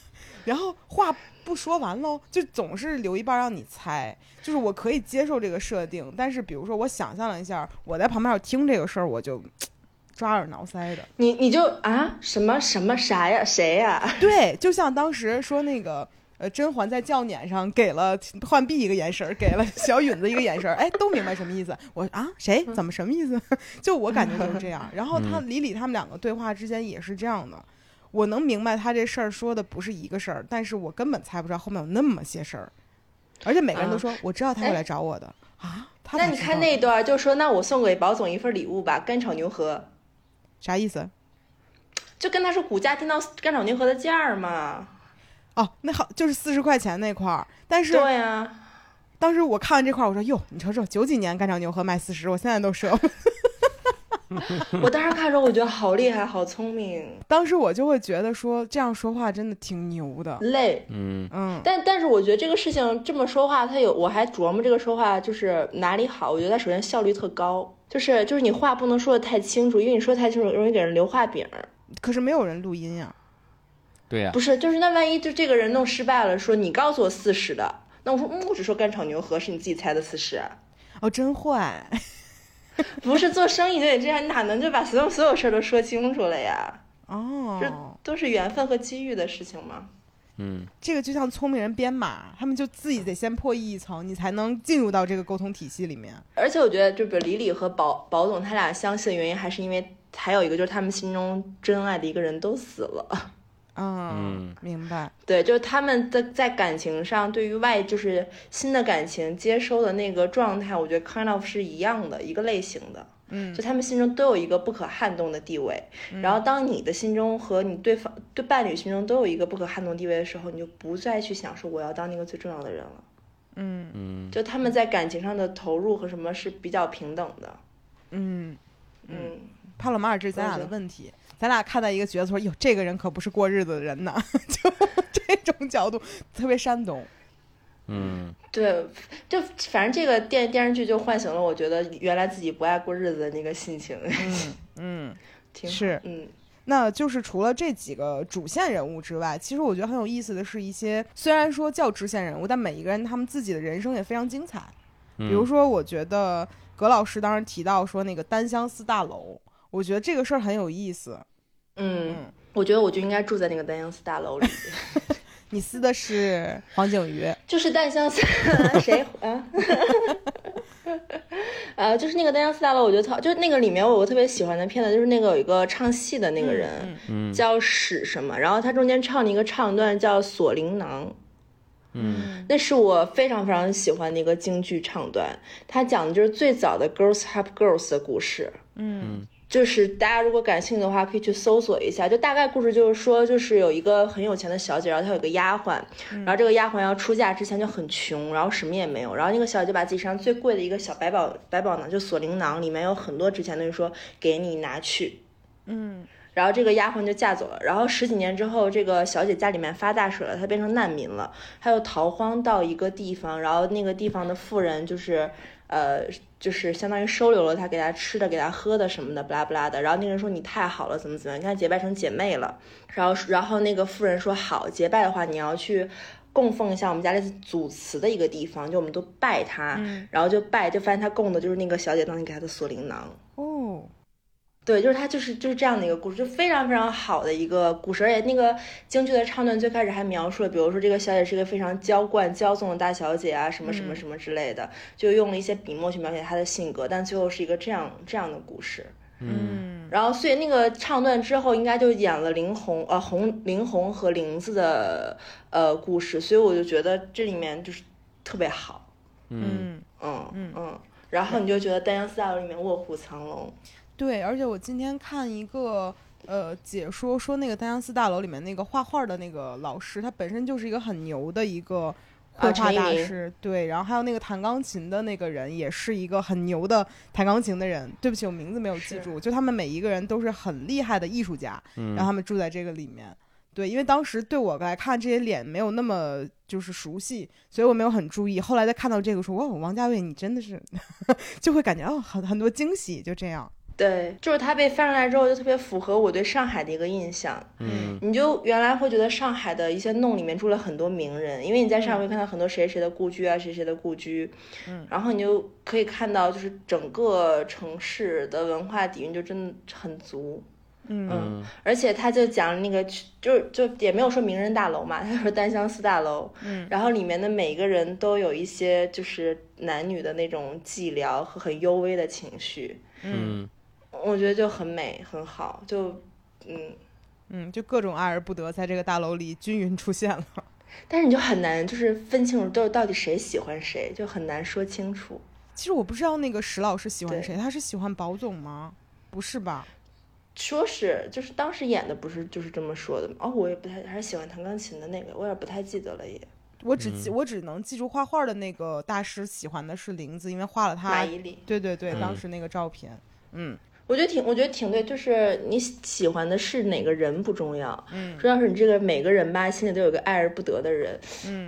然后话不说完喽，就总是留一半让你猜。就是我可以接受这个设定，但是比如说我想象了一下，我在旁边听这个事儿，我就抓耳挠腮的。 你你就啊什么什么啥呀谁呀？ 对，就像当时说那个呃甄嬛在轿辇上给了浣碧一个眼神，给了小允子一个眼神，哎，都明白什么意思。我啊谁怎么什么意思？就我感觉就是这样。然后他李李他们两个对话之间也是这样的。我能明白他这事儿说的不是一个事儿，但是我根本猜不出来后面有那么些事儿，而且每个人都说、啊、我知道他会来找我的啊。他那你看那一段就说，那我送给宝总一份礼物吧，干炒牛河， 啥意思？ 就跟他说股价听到干炒牛河的价儿嘛。 哦，那好，就是四十块钱那块儿。但是对呀、啊， 当时我看完这块儿，我说哟，你瞅瞅，九几年干炒牛河卖四十，我现在都舍不得。 我当时看的时候，我觉得好厉害，好聪明。 当时我就会觉得说，这样说话真的挺牛的。 累， 嗯嗯。 但但是我觉得这个事情这么说话，他有我还琢磨这个说话就是哪里好。我觉得他首先效率特高，就是就是你话不能说的太清楚，因为你说太清楚容易给人留话柄。 可是没有人录音呀。 对呀、啊。 不是，就是那万一就这个人弄失败了，说你告诉我四十的，那我说嗯，我只说干炒牛河是你自己猜的四十。 哦，真坏。 不是做生意就得这样，你哪能就把所有所有事都说清楚了呀？ 哦， 这都是缘分和机遇的事情嘛。 嗯， 这个就像聪明人编码，他们就自己得先破译一层，你才能进入到这个沟通体系里面。 而且我觉得，就比如李李和宝宝总他俩相似的原因，还是因为还有一个就是他们心中真爱的一个人都死了。 嗯，明白。 对，就是他们在在感情上，对于外就是新的感情接收的那个状态，我觉得 kind of 是一样的，一个类型的。 嗯， 就他们心中都有一个不可撼动的地位。嗯、然后当你的心中和你对方对伴侣心中都有一个不可撼动地位的时候，你就不再去想说我要当那个最重要的人了。 嗯嗯， 就他们在感情上的投入和什么是比较平等的。 嗯嗯， 帕洛马尔，这是咱俩的问题。咱俩看到一个角色说，哟，这个人可不是过日子的人呐，就这种角度特别山东。 嗯， 对，就反正这个电电视剧就唤醒了我觉得原来自己不爱过日子的那个心情。 嗯嗯， 挺是嗯。 那就是除了这几个主线人物之外，其实我觉得很有意思的是一些虽然说叫支线人物，但每一个人他们自己的人生也非常精彩。比如说，我觉得葛老师当时提到说那个单相思大楼，我觉得这个事儿很有意思。 嗯，嗯我觉得我就应该住在那个单相思大楼里。 你撕的是黄景瑜， 就是单相思谁啊？呃，就是那个单相思大楼，我觉得特就是那个里面我有个特别喜欢的片子，就是那个有一个唱戏的那个人， 嗯， 叫史什么，然后他中间唱了一个唱段叫《锁灵囊》。 嗯， 那是我非常非常喜欢的一个京剧唱段，它讲的就是最早的 Girls Help Girls 的故事。 嗯， 就是大家如果感兴趣的话，可以去搜索一下。就大概故事就是说，就是有一个很有钱的小姐，然后她有个丫鬟，然后这个丫鬟要出嫁之前就很穷，然后什么也没有，然后那个小姐就把自己身上最贵的一个小百宝百宝囊，就锁灵囊，里面有很多值钱的东西，说给你拿去。 嗯。 然后这个丫鬟就嫁走了，然后十几年之后，这个小姐家里面发大水了，她变成难民了，她又逃荒到一个地方，然后那个地方的富人就是，呃，就是相当于收留了她，给她吃的，给她喝的什么的，不拉不拉的。然后那个人说你太好了，怎么怎么样，跟她结拜成姐妹了。然后然后那个富人说好，结拜的话你要去供奉一下我们家类似祖祠的一个地方，就我们都拜她， 嗯、 然后就拜，就发现她供的就是那个小姐当年给她的锁灵囊。 哦。 对，就是他，就是就是这样的一个故事，就非常非常好的一个故事。而且那个京剧的唱段最开始还描述了，比如说这个小姐是一个非常娇惯骄纵的大小姐啊，什么什么什么之类的，嗯、就用了一些笔墨去描写她的性格，但最后是一个这样这样的故事。 嗯， 然后所以那个唱段之后，应该就演了林红呃红林红和玲子的呃故事，所以我就觉得这里面就是特别好。 嗯嗯嗯嗯，然后你就觉得单相思大楼里面卧虎藏龙。 对，而且我今天看一个呃解说说，那个单相思大楼里面那个画画的那个老师，他本身就是一个很牛的一个绘画大师。啊、对，然后还有那个弹钢琴的那个人，也是一个很牛的弹钢琴的人。对不起，我名字没有记住。就他们每一个人都是很厉害的艺术家， 嗯、 让他们住在这个里面。对，因为当时对我来看这些脸没有那么就是熟悉，所以我没有很注意。后来再看到这个说，哇，王家卫你真的是就会感觉哦，很很多惊喜，就这样。 对，就是它被翻上来之后就特别符合我对上海的一个印象。 嗯， 你就原来会觉得上海的一些弄里面住了很多名人，因为你在上海会看到很多谁谁的故居啊，谁谁的故居， 嗯， 然后你就可以看到就是整个城市的文化底蕴就真的很足。 嗯嗯，而且他就讲那个，就是就也没有说名人大楼嘛，他说单相思大楼， 嗯， 然后里面的每一个人都有一些就是男女的那种寂寥和很幽微的情绪， 嗯， 我觉得就很美很好，就嗯嗯，就各种爱而不得在这个大楼里均匀出现了。 但是你就很难就是分清楚都到底谁喜欢谁，就很难说清楚。 其实我不知道那个石老师喜欢谁，他是喜欢宝总吗？不是吧？ 说是就是当时演的不是就是这么说的吗？哦，我也不太还是喜欢弹钢琴的那个，我有点不太记得了也。 我只记、嗯、我只能记住画画的那个大师喜欢的是林子，因为画了他马伊琍， 对对对、 嗯， 当时那个照片。嗯， 我觉得挺我觉得挺对，就是你喜欢的是哪个人不重要， 嗯， 重要是你这个每个人吧心里都有个爱而不得的人。 嗯，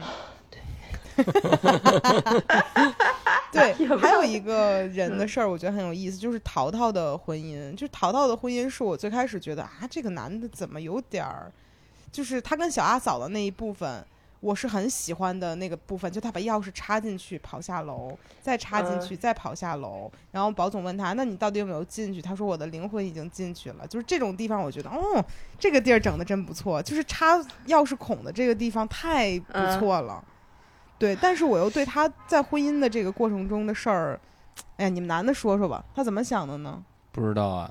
对。对，还有一个人的事儿，我觉得很有意思，就是淘淘的婚姻。就是淘淘的婚姻，是我最开始觉得啊，这个男的怎么有点儿，就是他跟小阿嫂的那一部分，我是很喜欢的那个部分，就他把钥匙插进去，跑下楼，再插进去，再跑下楼。然后宝总问他，那你到底有没有进去？他说我的灵魂已经进去了。就是这种地方，我觉得，哦，这个地儿整的真不错，就是插钥匙孔的这个地方太不错了。嗯，对，但是我又对他在婚姻的这个过程中的事儿，哎呀，你们男的说说吧，他怎么想的呢？ 不知道啊。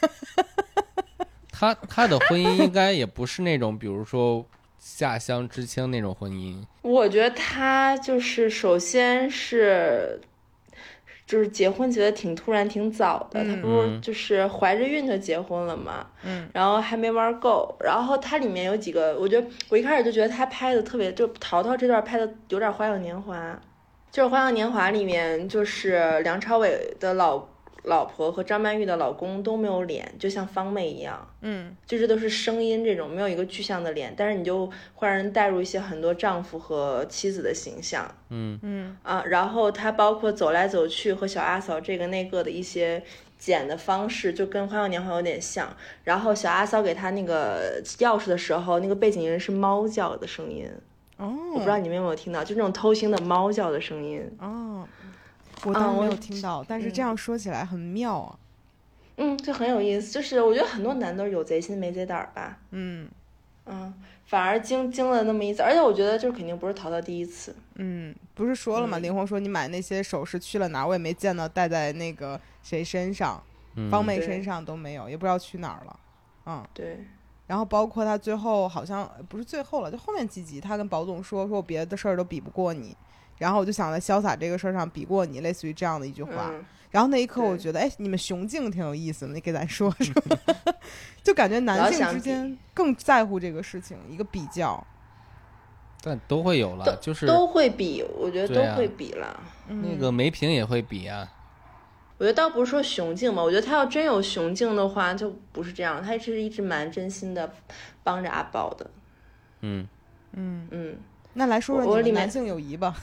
他他的婚姻应该也不是那种，比如说下乡知青那种婚姻。 我觉得他就是首先是就是结婚结得挺突然挺早的， 嗯， 他不是就是怀着孕就结婚了嘛， 嗯， 然后还没玩够，然后他里面有几个，我觉得我一开始就觉得他拍的特别，就淘淘这段拍的有点花样年华，就是花样年华里面就是梁朝伟的老老婆和张曼玉的老公都没有脸，就像方妹一样， 嗯， 就这都是声音这种，没有一个具象的脸，但是你就会让人带入一些很多丈夫和妻子的形象， 嗯嗯啊，然后他包括走来走去和小阿嫂这个那个的一些剪的方式，就跟《花样年华》有点像。然后小阿嫂给他那个钥匙的时候，那个背景音是猫叫的声音。 哦， 我不知道你们有没有听到，就那种偷腥的猫叫的声音。 哦，我当然没有听到，嗯，但是这样说起来很妙啊。 嗯，就很有意思。就是我觉得很多男的有贼心没贼胆吧。 嗯嗯，反而经经了那么一次，而且我觉得就是肯定不是淘淘第一次。 嗯，不是说了吗？林红说你买那些首饰去了哪儿，我也没见到戴在那个谁身上， 嗯， 方妹身上都没有，也不知道去哪儿了。嗯， 对。 然后包括他最后好像不是最后了，就后面几集他跟宝总说说我别的事儿都比不过你，然后我就想在潇洒这个事儿上比过你，类似于这样的一句话。 嗯， 然后那一刻我觉得哎，你们雄竞挺有意思的，你给咱说说。就感觉男性之间更在乎这个事情，一个比较。 但都会有了，就是都会比，我觉得都会比了。 啊嗯，那个梅萍也会比啊。 我觉得倒不是说雄竞嘛，我觉得他要真有雄竞的话，就不是这样，他是一直蛮真心的帮着阿宝的。 嗯嗯嗯， 那来说说你们男性友谊吧。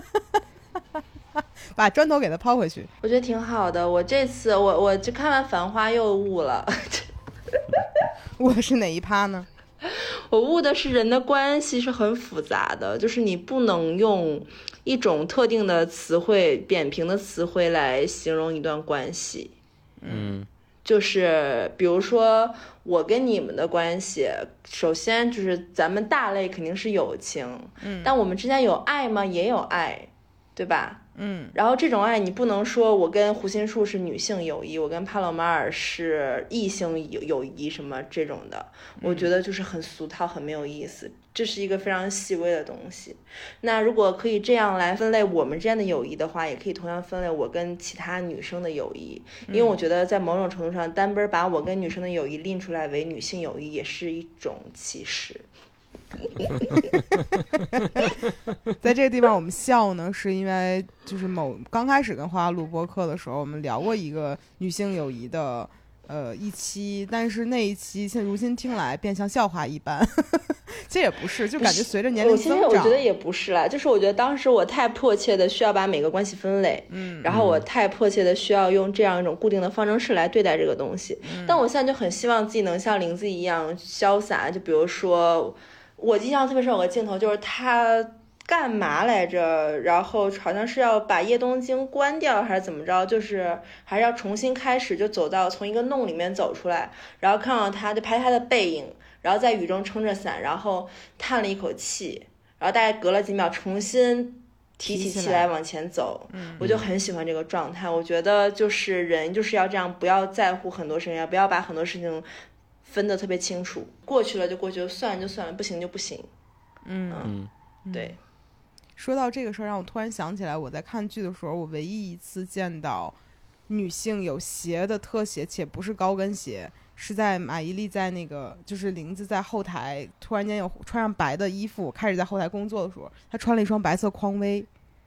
把砖头给他抛回去。 我觉得挺好的。我这次我我就看完《繁花》又悟了。 悟的是哪一趴呢？ 我悟的是人的关系是很复杂的，就是你不能用一种特定的词汇、扁平的词汇来形容一段关系。 嗯， 就是比如说我跟你们的关系，首先就是咱们大类肯定是友情， 嗯， 但我们之间有爱吗？也有爱，对吧？ 嗯， 然后这种爱你不能说我跟胡心树是女性友谊，我跟帕洛马尔是异性友友谊什么这种的，我觉得就是很俗套，很没有意思。这是一个非常细微的东西。那如果可以这样来分类我们之间的友谊的话，也可以同样分类我跟其他女生的友谊，因为我觉得在某种程度上，单本把我跟女生的友谊拎出来为女性友谊，也是一种歧视。 在这个地方我们笑呢，是因为就是某刚开始跟花花录播客的时候，我们聊过一个女性友谊的呃一期，但是那一期现如今听来便像笑话一般。 这也不是，就感觉随着年龄增长， 其实我觉得也不是啦，就是我觉得当时我太迫切的需要把每个关系分类，嗯，然后我太迫切的需要用这样一种固定的方程式来对待这个东西，嗯，但我现在就很希望自己能像林子一样潇洒，就比如说我印象特别深有个镜头，就是他干嘛来着，然后好像是要把叶东京关掉还是怎么着，就是还是要重新开始，就走到从一个弄里面走出来，然后看到他就拍他的背影，然后在雨中撑着伞，然后叹了一口气，然后大概隔了几秒重新提起气来往前走，嗯，我就很喜欢这个状态。我觉得就是人就是要这样，不要在乎很多事情，不要把很多事情分得特别清楚，过去了就过去了，算了就算了，不行就不行。嗯嗯，对。 说到这个事儿，让我突然想起来，我在看剧的时候，我唯一一次见到女性有鞋的特写，且不是高跟鞋，是在马伊琍在那个就是林子在后台突然间有穿上白的衣服，开始在后台工作的时候，她穿了一双白色匡威。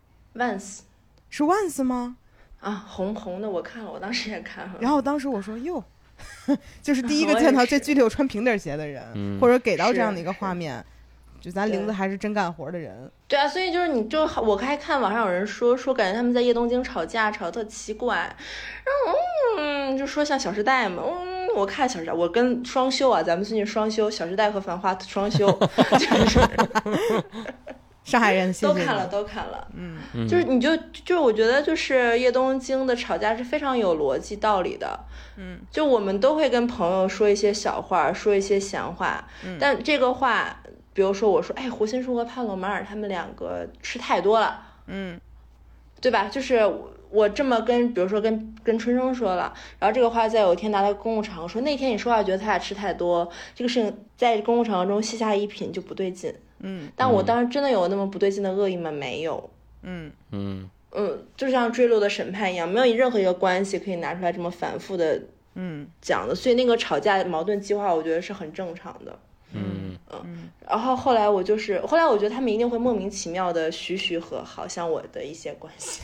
Vans 是 Vans 吗？ 啊，红红的，我看了，我当时也看了。 然后当时我说哟，就是第一个见到这剧里有穿平底鞋的人，嗯、或者给到这样的一个画面。就咱林子还是真干活的人。 对啊，所以就是你就我还看网上有人说说感觉他们在叶东京吵架吵得特奇怪，然后嗯就说像小时代嘛，嗯我看小时代我跟双休啊，咱们最近双休小时代和繁花双休就是上海人都看了都看了，嗯，就是你就就是我觉得就是叶东京的吵架是非常有逻辑道理的，嗯，就我们都会跟朋友说一些小话，说一些闲话，嗯，但这个话。比如说我说哎胡心树和帕洛马尔他们两个吃太多了，嗯，对吧，就是我这么跟比如说跟跟春生说了，然后这个话在有一天拿到公共场合说，那天你说话觉得他俩吃太多，这个事情在公共场合中卸下一品就不对劲，嗯，但我当时真的有那么不对劲的恶意吗？没有，嗯嗯嗯，就像追落的审判一样，没有任何一个关系可以拿出来这么反复的嗯讲的，所以那个吵架矛盾激化我觉得是很正常的。嗯嗯，然后后来我就是后来我觉得他们一定会莫名其妙的徐徐和好，像我的一些关系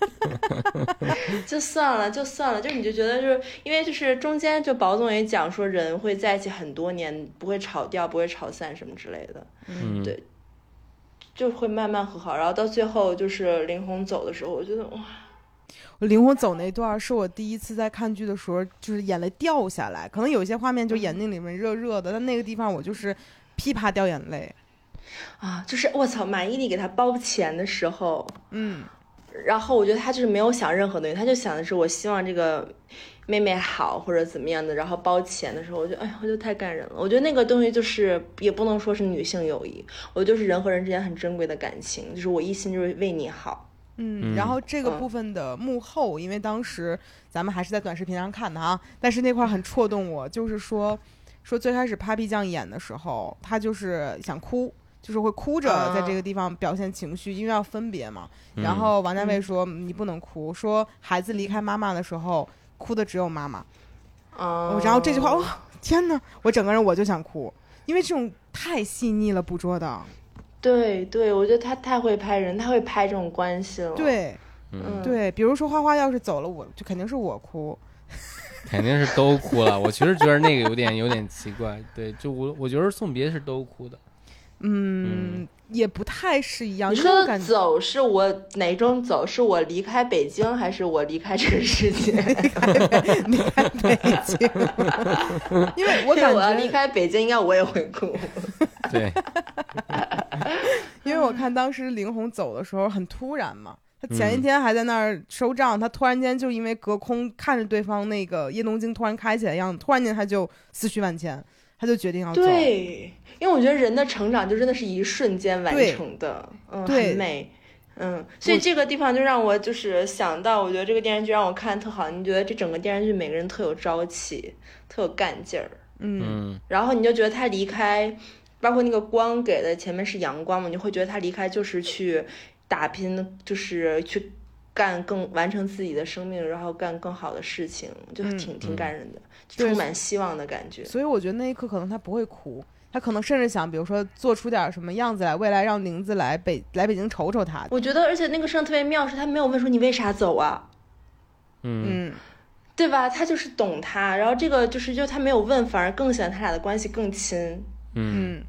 就算了就算了，就你就觉得就是因为就是中间就宝总也讲说人会在一起很多年不会吵掉不会吵散什么之类的，嗯，对，就会慢慢和好，然后到最后就是林红走的时候我觉得哇， 我林红走那段是我第一次在看剧的时候就是眼泪掉下来，可能有些画面就眼睛里面热热的，但那个地方我就是噼啪掉眼泪啊！就是我操，马伊琍给他包钱的时候，嗯，然后我觉得他就是没有想任何东西，他就想的是我希望这个妹妹好或者怎么样的，然后包钱的时候我就哎呀我就太感人了，我觉得那个东西就是也不能说是女性友谊，我就是人和人之间很珍贵的感情，就是我一心就是为你好。 嗯，然后这个部分的幕后、嗯、因为当时咱们还是在短视频上看的啊，但是那块很戳动我，就是说说最开始 Papi 酱演的时候他就是想哭，就是会哭着在这个地方表现情绪、啊、因为要分别嘛、嗯、然后王家卫说、嗯、你不能哭，说孩子离开妈妈的时候哭的只有妈妈、嗯、然后这句话、哦、天哪，我整个人我就想哭，因为这种太细腻了捕捉的。 对对，我觉得他太会拍人，他会拍这种关系了。 对，嗯，对，比如说花花要是走了，我就肯定是我哭， 肯定是都哭了。我其实觉得那个有点有点奇怪，对，就我我觉得送别是都哭的。 嗯，嗯也不太是一样。 你说的走是我哪种走？是我离开北京，还是我离开这个世界？ 离开离开北京，因为我感觉我要离开北京，应该我也会哭。 对， 因为我看当时林红走的时候很突然嘛，他前一天还在那儿收账、嗯、他突然间就因为隔空看着对方那个叶东京突然开起来的样子，突然间他就思绪万千，他就决定要走。 对，因为我觉得人的成长就真的是一瞬间完成的，嗯，很美，嗯，所以这个地方就让我就是想到，我觉得这个电视剧让我看特好，你觉得这整个电视剧每个人特有朝气，特有干劲儿，嗯，然后你就觉得他离开。包括那个光给的前面是阳光嘛，你会觉得他离开就是去打拼，就是去干更完成自己的生命，然后干更好的事情，就挺、嗯、挺感人的，充满希望的感觉。 所以我觉得那一刻可能他不会哭，他可能甚至想比如说做出点什么样子来，未来让林子来北来北京瞅瞅他。 我觉得而且那个事情特别妙是他没有问说你为啥走啊，嗯，对吧，他就是懂他，然后这个就是就他没有问，反而更显得他俩的关系更亲。嗯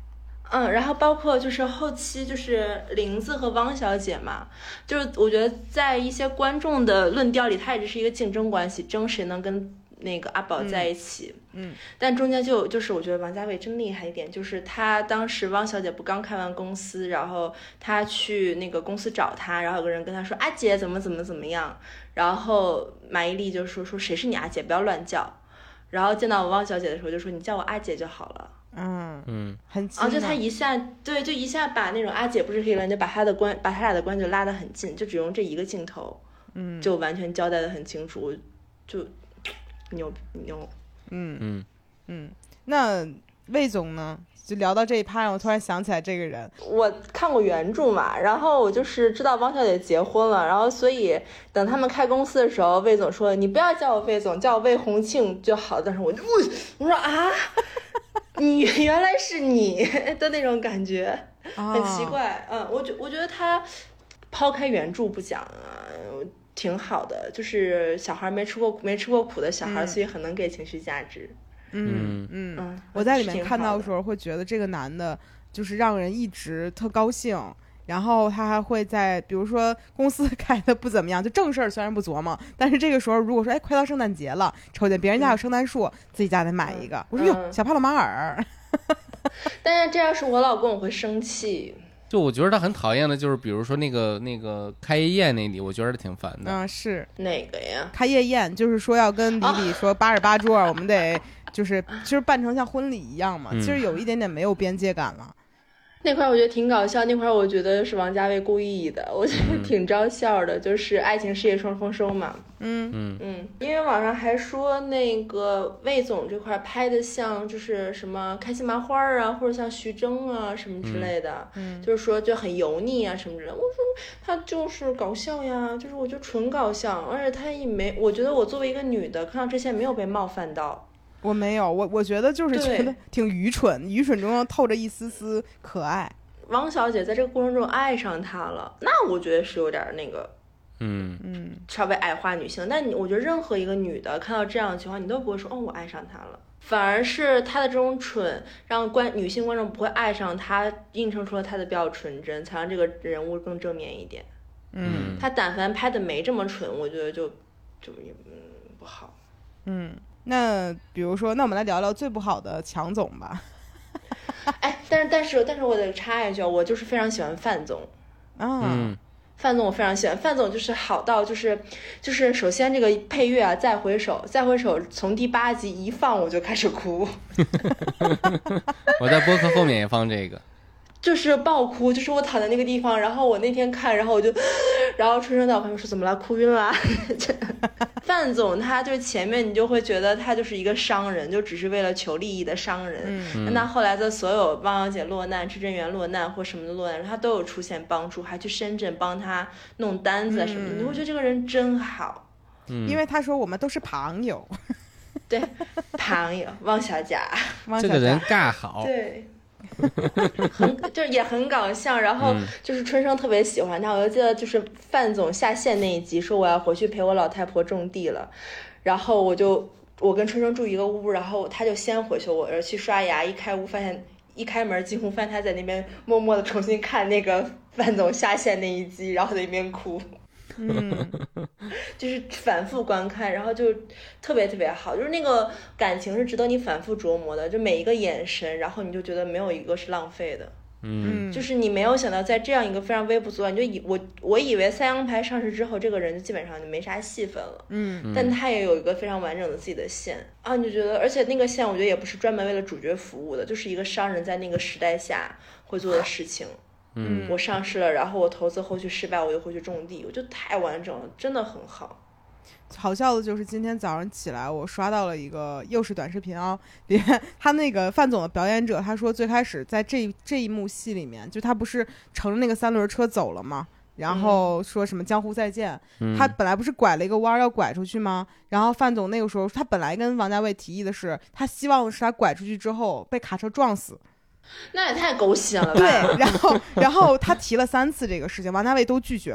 嗯，然后包括就是后期就是林子和汪小姐嘛，就是我觉得在一些观众的论调里，它一直是一个竞争关系，争谁能跟那个阿宝在一起。 嗯， 但中间就就是我觉得王家卫真厉害一点，就是他当时汪小姐不刚开完公司，然后他去那个公司找他，然后有个人跟他说阿姐怎么怎么怎么样，然后马伊琍就说说谁是你阿姐，不要乱叫。然后见到汪小姐的时候就说你叫我阿姐就好了。 嗯嗯， 很近。 然后就他一下对，就一下把那种阿姐不是黑人，就把他的关，把他俩的关系就拉得很近，就只用这一个镜头， 嗯， 就完全交代得很清楚，就牛牛。 嗯嗯嗯，那魏总呢？就聊到这一趴，我突然想起来这个人。 我看过原著嘛，然后我就是知道汪小姐结婚了，然后所以等他们开公司的时候，魏总说你不要叫我魏总，叫我魏红庆就好。但是我就我说啊，你原来是你的那种感觉，很奇怪。嗯，我觉我觉得他抛开原著不讲啊，挺好的，就是小孩没吃过没吃过苦的小孩，嗯、所以很能给情绪价值。 嗯嗯嗯，我在里面看到的时候会觉得这个男的就是让人一直特高兴，然后他还会在比如说公司开的不怎么样，就正事儿虽然不琢磨，但是这个时候如果说哎快到圣诞节了，瞅见别人家有圣诞树，嗯、自己家得买一个，我说哟、嗯、小帕洛马尔。 但是这要是我老公我会生气。 就我觉得他很讨厌的就是比如说那个那个开夜宴那里，我觉得挺烦的。 嗯，是哪个呀？ 开夜宴就是说要跟李李说八十八桌、啊、我们得就是其实办成像婚礼一样嘛、嗯、其实有一点点没有边界感了。 那块我觉得挺搞笑，那块我觉得是王家卫故意的，我觉得挺招笑的、嗯、就是爱情事业双丰收嘛。 嗯嗯嗯，因为网上还说那个魏总这块拍的像就是什么开心麻花啊，或者像徐峥啊什么之类的， 嗯，就是说就很油腻啊什么之类的。我说他就是搞笑呀，就是我觉得纯搞笑，而且他也没，我觉得我作为一个女的看到这些没有被冒犯到。 我没有，我我觉得就是觉得挺愚蠢，愚蠢中透着一丝丝可爱。 汪小姐在这个过程中爱上他了，那我觉得是有点那个， 嗯嗯， 稍微矮化女性。但你我觉得任何一个女的看到这样的情况，你都不会说哦我爱上他了，反而是他的这种蠢让观女性观众不会爱上他，映衬出了他的比较纯真，才让这个人物更正面一点。 嗯， 他但凡拍的没这么蠢，我觉得就就嗯不好。 嗯。那比如说，那我们来聊聊最不好的强总吧。 哎，但是但是但是我得插一句，我就是非常喜欢范总啊、 嗯， 范总我非常喜欢，范总就是好到就是就是首先这个配乐啊，再回首再回首从第八集一放我就开始哭。 我在播客后面也放这个。 就是爆哭，就是我躺在那个地方，然后我那天看，然后我就，然后春生在我旁边说怎么了，哭晕了。范总他就是前面你就会觉得他就是一个商人，就只是为了求利益的商人。 嗯， 那后来的所有汪小姐落难、至臻园落难或什么的落难，他都有出现帮助，还去深圳帮他弄单子什么的。嗯、你会觉得这个人真好。 嗯， 因为他说我们都是朋友。 对，朋友，汪小姐， 汪小姐这个人尬好。 对。很就是也很搞笑，然后就是春生特别喜欢他，我就记得就是范总下线那一集说我要回去陪我老太婆种地了，然后我就我跟春生住一个屋，然后他就先回去，我去刷牙，一开屋发现一开门进屋发现他在那边默默的重新看那个范总下线那一集，然后在那边哭。 嗯， 就是反复观看，然后就特别特别好，就是那个感情是值得你反复琢磨的，就每一个眼神，然后你就觉得没有一个是浪费的。 嗯， 就是你没有想到在这样一个非常微不足道，你就以我我以为三羊牌上市之后，这个人就基本上就没啥戏份了。 嗯， 但他也有一个非常完整的自己的线啊，你就觉得，而且那个线我觉得也不是专门为了主角服务的，就是一个商人在那个时代下会做的事情。 嗯， 我上市了，然后我投资后续失败，我就回去种地，我觉得太完整了，真的很好。 好笑的就是今天早上起来，我刷到了一个又是短视频啊，别他那个范总的表演者，他说最开始在这这一幕戏里面，就他不是乘着那个三轮车走了吗？然后说什么江湖再见、嗯、他本来不是拐了一个弯要拐出去吗？然后范总那个时候他本来跟王家卫提议的是，他希望是他拐出去之后被卡车撞死。 那也太狗血了吧。 对，然后然后他提了三次这个事情，王家卫都拒绝了，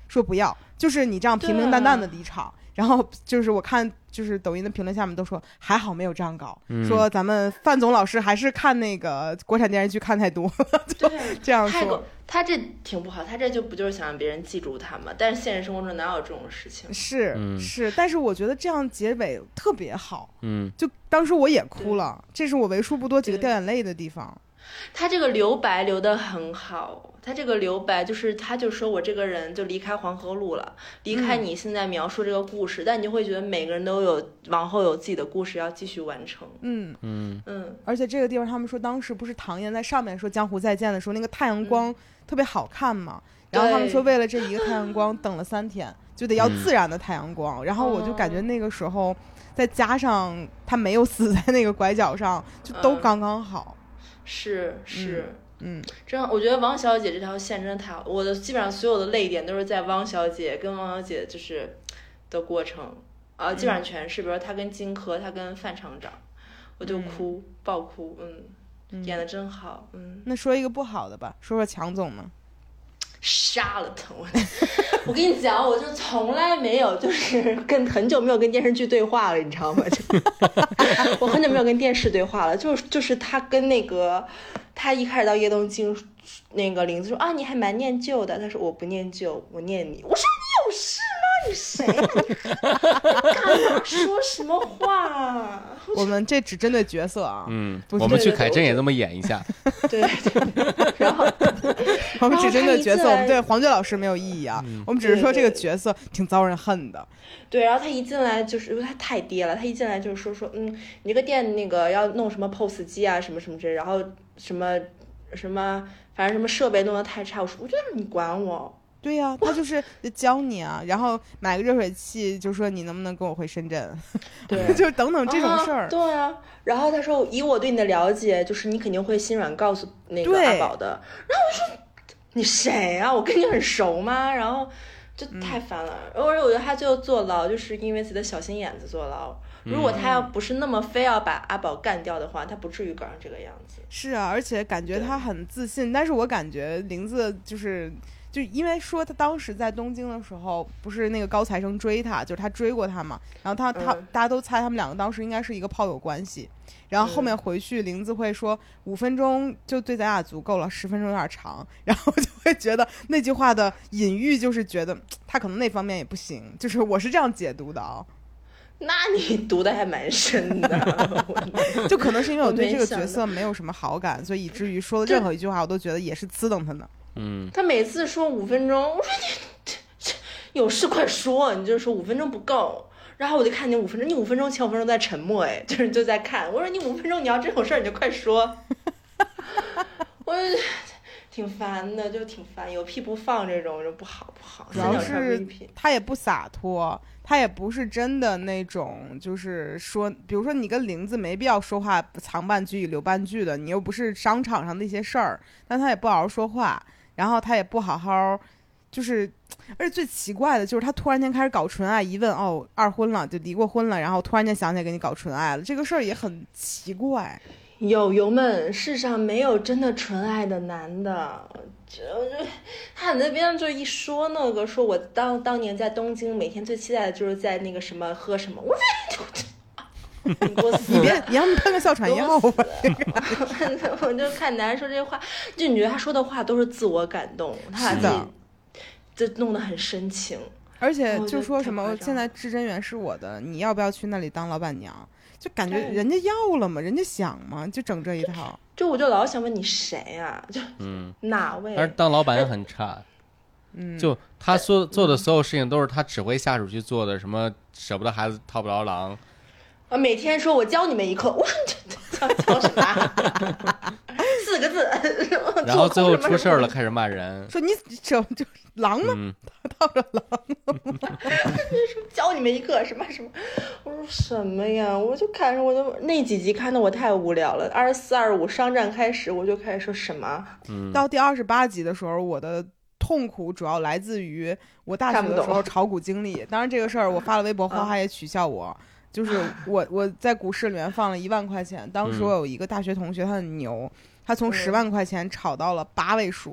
说不要，就是你这样平平淡淡的离场、啊、然后就是我看就是抖音的评论下面都说还好没有这样搞、嗯、说咱们范总老师还是看那个国产电视剧看太多就这样说。 他这挺不好，他这就不就是想让别人记住他吗？但是现实生活中哪有这种事情？ 是、嗯、是，但是我觉得这样结尾特别好， 嗯， 就当时我也哭了，这是我为数不多几个掉眼泪的地方。 他这个留白留得很好，他这个留白就是他就说我这个人就离开黄河路了，离开你现在描述这个故事、嗯、但你就会觉得每个人都有往后有自己的故事要继续完成。 嗯嗯嗯， 而且这个地方他们说当时不是唐嫣在上面说江湖再见的时候那个太阳光特别好看嘛、嗯、然后他们说为了这一个太阳光等了三天就得要自然的太阳光、嗯、然后我就感觉那个时候再加上他没有死在那个拐角上就都刚刚好、嗯是是， 嗯， 这样我觉得汪小姐这条线真的太好，我的基本上所有的泪点都是在汪小姐跟汪小姐就是的过程啊，基本上全是，比如她跟荆轲，她跟范厂长，我就哭、嗯、爆哭，嗯，嗯演的真好，嗯。 那说一个不好的吧，说说强总呢？ 杀了他！我我跟你讲，我就从来没有就是跟很久没有跟电视剧对话了，你知道吗？就我很久没有跟电视对话了，就是就是他跟那个他一开始到叶东京，那个林子说啊你还蛮念旧的，他说我不念旧，我念你。我说你有事吗？你谁啊？你干嘛说什么话？ 我们这只针对角色啊， 嗯，我们去凯珍也这么演一下。 对对，然后我们只针对角色，我们对黄觉老师没有异议啊、嗯，我们只是说这个角色挺遭人恨的。 对，然后他一进来就是因为他太爹了，他一进来就是说说，嗯，你这个店那个要弄什么 P O S 机啊，什么什么之类，然后什么什么，反正什么设备弄得太差，我说我觉得你管我。 对呀、啊，他就是教你啊，然后买个热水器，就说你能不能跟我回深圳， 对， 就等等这种事儿、 啊。对啊，然后他说以我对你的了解，就是你肯定会心软告诉那个阿宝的。然后我说你谁啊？我跟你很熟吗？然后就太烦了。而、嗯、且我觉得他最后坐牢，就是因为自己的小心眼子坐牢。如果他要不是那么非要把阿宝干掉的话，他不至于搞成这个样子。 是啊，而且感觉他很自信，但是我感觉林子就是。就因为说他当时在东京的时候，不是那个高材生追他，就是他追过他嘛，然后他他、嗯、大家都猜他们两个当时应该是一个炮友关系，然后后面回去林子会说五分钟就对咱俩足够了，十分钟有点长，然后就会觉得那句话的隐喻就是觉得他可能那方面也不行，就是我是这样解读的啊、哦。 那你读的还蛮深的就可能是因为我对这个角色没有什么好感，所以以至于说的任何一句话我都觉得也是呲瞪他呢。 嗯， 他每次说五分钟，我说你有事快说，你就是说五分钟不够，然后我就看你五分钟，你五分钟前五分钟在沉默，哎，就是就在看，我说你五分钟你要真有事你就快说，我就挺烦的，就挺烦，有屁不放这种就不好不好。 主要是他也不洒脱，他也不是真的那种，就是说，比如说你跟玲子没必要说话藏半句留半句的，你又不是商场上的一些事儿，但他也不好好说话。然后他也不好好，就是，而且最奇怪的就是他突然间开始搞纯爱，一问哦二婚了，就离过婚了，然后突然间想起来给你搞纯爱了，这个事儿也很奇怪。 友友们，世上没有真的纯爱的男的，就就他那边就一说那个，说我当当年在东京每天最期待的就是在那个什么喝什么，我你给我死！ 你别，你让他喷个哮喘药吧。 我就看男人说这些话，就你觉得他说的话都是自我感动，他把自己就弄得很深情， 而且就说什么现在至真园是我的，你要不要去那里当老板娘？就感觉人家要了嘛，人家想嘛，就整这一套。 就我就老想问你谁呀、啊？就嗯哪位？ 但是当老板也很差。 嗯， 就他所做的所有事情都是他指挥下属去做的，什么舍不得孩子套不着狼。 啊！每天说我教你们一课，我教教什么？四个字。 然后最后出事了，开始骂人， 说你这就狼呢？ 嗯、 套着狼了。 教你们一课什么什么？我说什么呀？我就看着我就那几集看的我太无聊了。二十四、二十五商战开始，我就开始说什么？ 嗯， 到第二十八集的时候，我的痛苦主要来自于我大学的时候炒股经历。当然这个事儿我发了微博，花花也取笑我。就是我我在股市里面放了一万块钱，当时我有一个大学同学，他很牛，他从十万块钱炒到了八位数，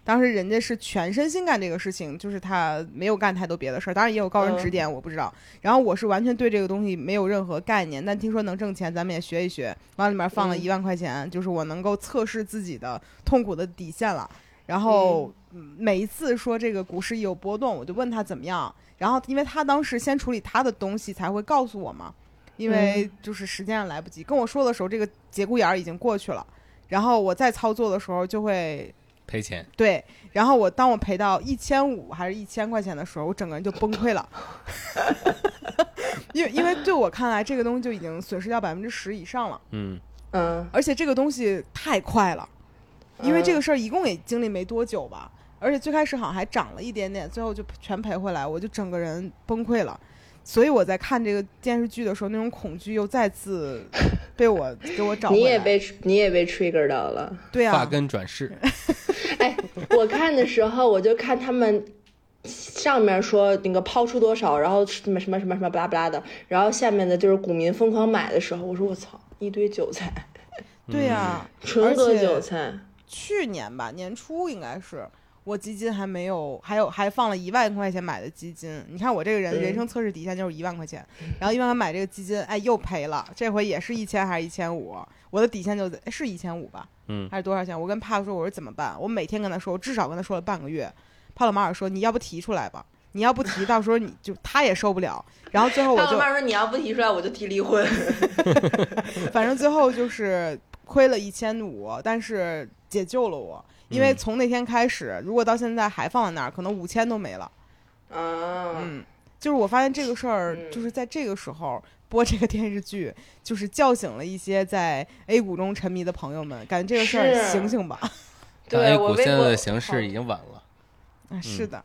当时人家是全身心干这个事情，就是他没有干太多别的事儿，当然也有高人指点、嗯、我不知道。然后我是完全对这个东西没有任何概念，但听说能挣钱，咱们也学一学，往里面放了一万块钱、嗯、就是我能够测试自己的痛苦的底线了。然后、嗯、每一次说这个股市有波动，我就问他怎么样，然后因为他当时先处理他的东西才会告诉我嘛，因为就是时间上来不及，跟我说的时候这个节骨眼儿已经过去了，然后我再操作的时候就会赔钱。 对，然后我当我赔到一千五还是一千块钱的时候，我整个人就崩溃了因为因为对我看来这个东西就已经损失掉百分之十以上了。 嗯嗯， 而且这个东西太快了，因为这个事儿一共也经历没多久吧，而且最开始好像还涨了一点点，最后就全赔回来，我就整个人崩溃了。所以我在看这个电视剧的时候，那种恐惧又再次被我给我找回来。 你也被你也被 trigger 到了。 对啊， 发根转世。 哎，我看的时候我就看他们上面说那个抛出多少，然后什么什么什么什么巴拉巴拉的，然后下面的就是股民疯狂买的时候，我说我操，一堆韭菜。 对呀、啊， 纯割韭菜。 去年吧，年初应该是。我基金还没有，还有还放了一万块钱买的基金。你看我这个人、嗯、人生测试底线就是一万块钱，然后一万块买这个基金，哎，又赔了。这回也是一千还是一千五？我的底线就是一千五吧， 嗯， 还是多少钱？我跟帕说，我说怎么办？我每天跟他说，我至少跟他说了半个月。帕老马尔说，你要不提出来吧？你要不提，到时候你就他也受不了。然后最后我就帕老马尔说，你要不提出来，我就提离婚。 反正最后就是亏了一千五，但是解救了我。因为从那天开始，如果到现在还放在那儿，可能五千都没了。 啊， 嗯，就是我发现这个事儿，就是在这个时候播这个电视剧，就是叫醒了一些在 A 股中沉迷的朋友们，感觉这个事儿醒醒吧。 对， A 股现在的形势已经晚了。 嗯，是的。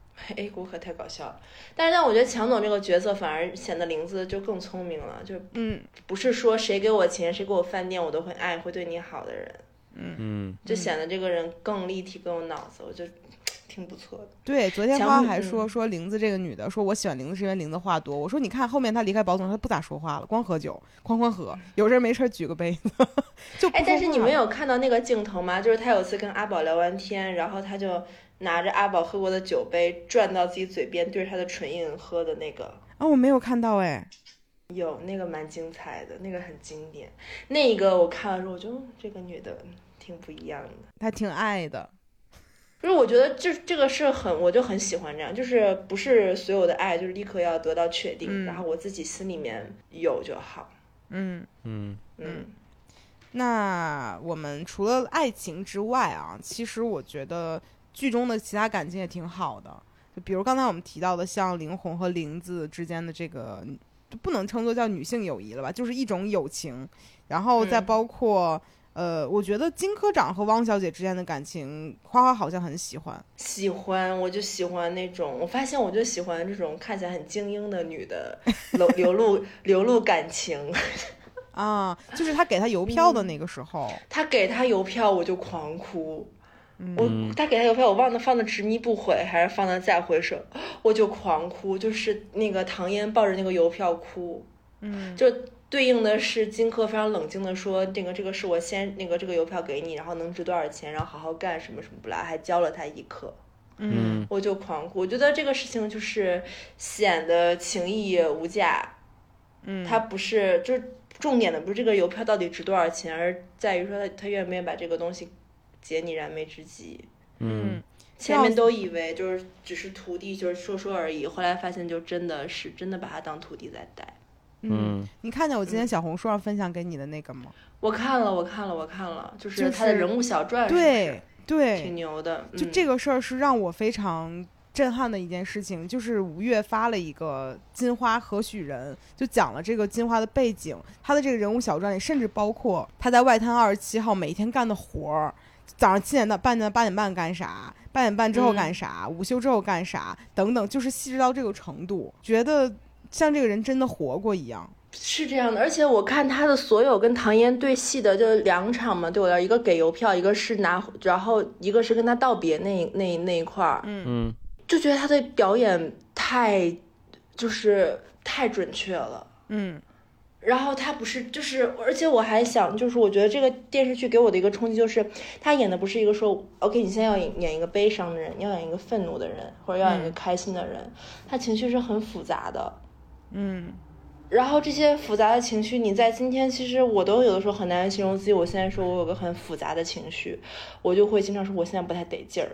A 股可太搞笑了，但是但我觉得强总这个角色反而显得玲子就更聪明了，就嗯， 不是说谁给我钱谁给我饭店我都会爱会对你好的人。 嗯， 就显得这个人更立体更有脑子，我觉得挺不错的。 对，昨天花还说说玲子这个女的，说我喜欢玲子是因为玲子话多。我说你看后面她离开宝总，她不咋说话了，光喝酒，哐哐喝，有事没事举个杯子就哎，但是你们有看到那个镜头吗？就是他有次跟阿宝聊完天，然后他就拿着阿宝喝过的酒杯转到自己嘴边，对着他的唇印喝的那个。 啊，我没有看到哎。 有那个蛮精彩的，那个很经典。那个我看了之后，我就这个女的挺不一样的， 她挺爱的。 就是我觉得这这个是很，我就很喜欢这样，就是不是所有的爱就是立刻要得到确定，嗯、然后我自己心里面有就好。 嗯嗯嗯。 那我们除了爱情之外啊，其实我觉得剧中的其他感情也挺好的，就比如刚才我们提到的，像林红和玲子之间的这个。就不能称作叫女性友谊了吧，就是一种友情。然后再包括、嗯、呃，我觉得金科长和汪小姐之间的感情，花花好像很喜欢。 喜欢，我就喜欢那种，我发现我就喜欢这种看起来很精英的女的流流露流露感情。 啊，就是他给他邮票的那个时候， 嗯、他给他邮票我就狂哭。 嗯、 我他给他邮票，我忘了放的执迷不悔还是放的再回首，我就狂哭，就是那个唐嫣抱着那个邮票哭， 嗯， 就对应的是金科非常冷静的说，这个这个是我先那个这个邮票给你，然后能值多少钱，然后好好干什么什么不来，还教了他一课， 嗯， 我就狂哭。我觉得这个事情就是显得情义无价， 嗯， 他不是就是重点的不是这个邮票到底值多少钱，而在于说他他愿不愿意把这个东西解你燃眉之急。 嗯， 前面都以为就是只是徒弟，就是说说而已，后来发现就真的是真的把他当徒弟在带。 嗯，你看见我今天小红书上分享给你的那个吗？ 我看了，我看了，我看了，就是他的人物小传， 对对， 挺牛的。 就这个事儿是让我非常震撼的一件事情，就是吴越发了一个金花何许人，就讲了这个金花的背景，他的这个人物小传里甚至包括他在外滩二十七号每天干的活儿。早上七点到半点八点半干啥，八点半之后干啥、嗯、午休之后干啥等等，就是细致到这个程度，觉得像这个人真的活过一样。 是这样的，而且我看他的所有跟唐嫣对戏的就两场嘛，对我来一个给邮票，一个是拿，然后一个是跟他道别那那那一块儿， 嗯， 就觉得他的表演太就是太准确了， 嗯。 然后他不是就是，而且我还想，就是我觉得这个电视剧给我的一个冲击就是，他演的不是一个说 ，OK， 你现在要演一个悲伤的人，要演一个愤怒的人，或者要演一个开心的人，嗯、他情绪是很复杂的， 嗯。 然后这些复杂的情绪，你在今天其实我都有的时候很难形容自己。我现在说我有个很复杂的情绪，我就会经常说我现在不太得劲儿。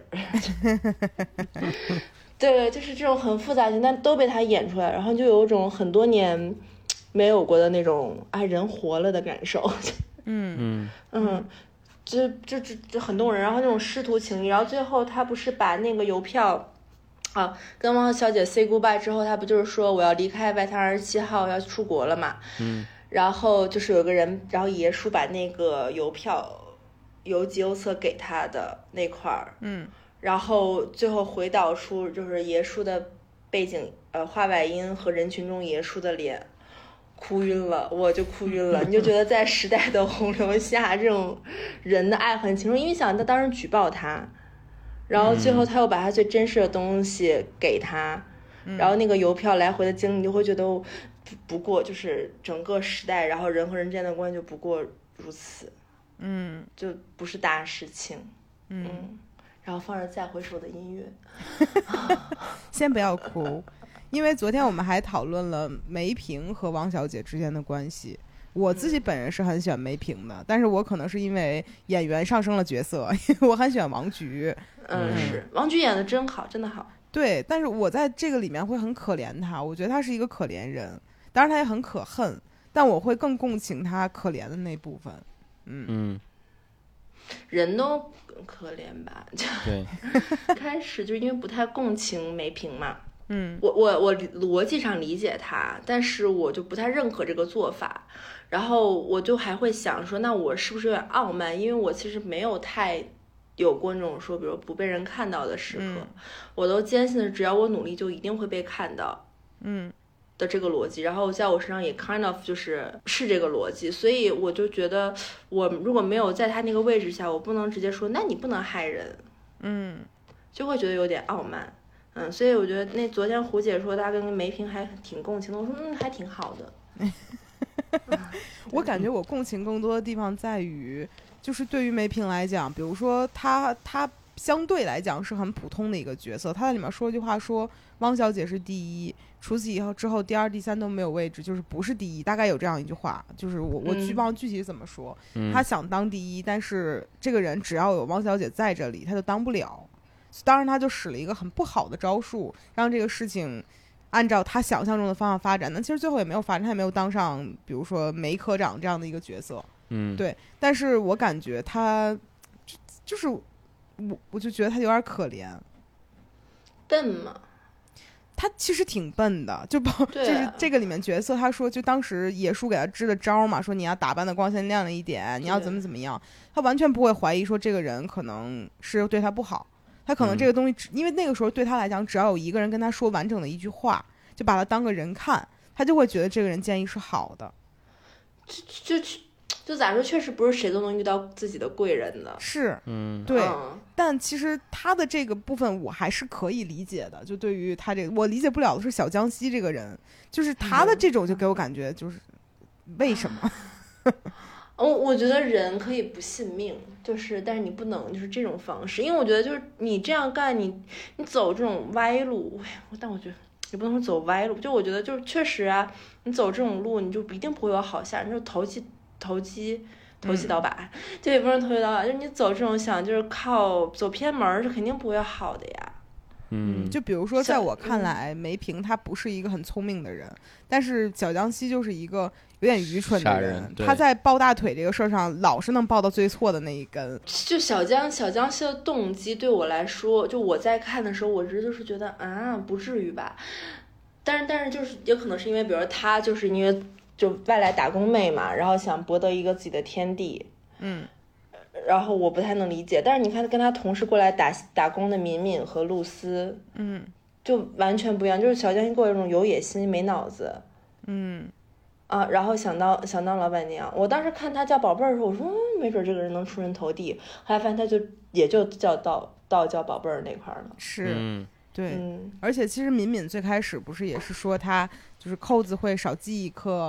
对，就是这种很复杂的，但都被他演出来，然后就有一种很多年没有过的那种啊人活了的感受。 嗯嗯嗯，这这这这很动人。然后那种师徒情谊，然后最后他不是把那个邮票。啊，跟汪小姐 say goodbye 之后，他不就是说我要离开外滩二十七号要出国了嘛？ 嗯， 然后就是有个人，然后爷叔把那个邮票、邮寄邮册给他的那块儿， 嗯， 然后最后回导出就是爷叔的背景，呃，画外音和人群中爷叔的脸，哭晕了，我就哭晕了。你就觉得在时代的洪流下，这种人的爱恨情仇，因为想他当时举报他。然后最后他又把他最真实的东西给他，嗯、然后那个邮票来回的经历，你就会觉得不不过就是整个时代，然后人和人之间的关系就不过如此， 嗯， 就不是大事情， 嗯， 嗯然后放着再回首的音乐， 先不要哭，因为昨天我们还讨论了梅萍和汪小姐之间的关系。我自己本人是很喜欢梅萍的，但是我可能是因为演员上升了角色，因为我很喜欢王菊。 嗯，是王菊演的真好，真的好。 对，但是我在这个里面会很可怜她，我觉得她是一个可怜人，当然她也很可恨，但我会更共情她可怜的那部分。嗯嗯， 人都可怜吧？ 对， 开始就因为不太共情梅萍嘛。 嗯， 我我我逻辑上理解他，但是我就不太认可这个做法，然后我就还会想说，那我是不是有点傲慢？因为我其实没有太有过那种说，比如不被人看到的时刻， 嗯、 我都坚信的，只要我努力就一定会被看到， 嗯的这个逻辑，然后在我身上也 kind of 就是是这个逻辑，所以我就觉得我如果没有在他那个位置下，我不能直接说，那你不能害人， 嗯， 就会觉得有点傲慢。嗯，所以我觉得那昨天胡姐说她跟梅萍还挺共情的，我说嗯还挺好的。嗯、 我感觉我共情更多的地方在于，就是对于梅萍来讲，比如说她她相对来讲是很普通的一个角色，她在里面说一句话说汪小姐是第一，除此以后之后第二第三都没有位置，就是不是第一，大概有这样一句话，就是我我具忘具体怎么说， 嗯、 她想当第一，但是这个人只要有汪小姐在这里，她就当不了。当然他就使了一个很不好的招数，让这个事情按照他想象中的方向发展，那其实最后也没有发展，他也没有当上比如说梅科长这样的一个角色。 嗯， 对，但是我感觉他就就是我我就觉得他有点可怜。 笨吗？ 他其实挺笨的，就包、啊、就是这个里面角色，他说就当时爷叔给他支的招嘛，说你要打扮的光鲜亮丽一点，你要怎么怎么样，他完全不会怀疑说这个人可能是对他不好。他可能这个东西、嗯，因为那个时候对他来讲，只要有一个人跟他说完整的一句话，就把他当个人看，他就会觉得这个人建议是好的。 就就就咋说，确实不是谁都能遇到自己的贵人的。 是， 嗯， 对。 嗯、 但其实他的这个部分我还是可以理解的。就对于他这个，我理解不了的是小江西这个人，就是他的这种就给我感觉就是、嗯、为什么？ 我我觉得人可以不信命，就是但是你不能就是这种方式，因为我觉得就是你这样干，你你走这种歪路，但我觉得也不能说走歪路，就我觉得就是确实啊，你走这种路，你就一定不会有好下，你就投机投机投机倒把，嗯、就也不是投机倒把，就是你走这种想就是靠走偏门是肯定不会好的呀。 嗯， 就比如说，在我看来，梅萍她不是一个很聪明的人，但是小江西就是一个有点愚蠢的人。 人他在抱大腿这个事儿上，老是能抱到最错的那一根。 就小江小江西的动机对我来说，就我在看的时候，我直就是觉得啊，不至于吧。但是但是就是也可能是因为，比如说他就是因为就外来打工妹嘛，然后想博得一个自己的天地。 嗯。 然后我不太能理解，但是你看跟他同事过来打打工的敏敏和露丝， 嗯， 就完全不一样。就是小江西给我一种有野心没脑子， 嗯， 啊，然后想当想当老板娘。我当时看他叫宝贝儿的时候，我说、嗯、没准这个人能出人头地。后来发现他就也就叫到到叫宝贝儿那块儿了。 是， 嗯、 对、 嗯， 而且其实敏敏最开始不是也是说他就是扣子会少系一颗。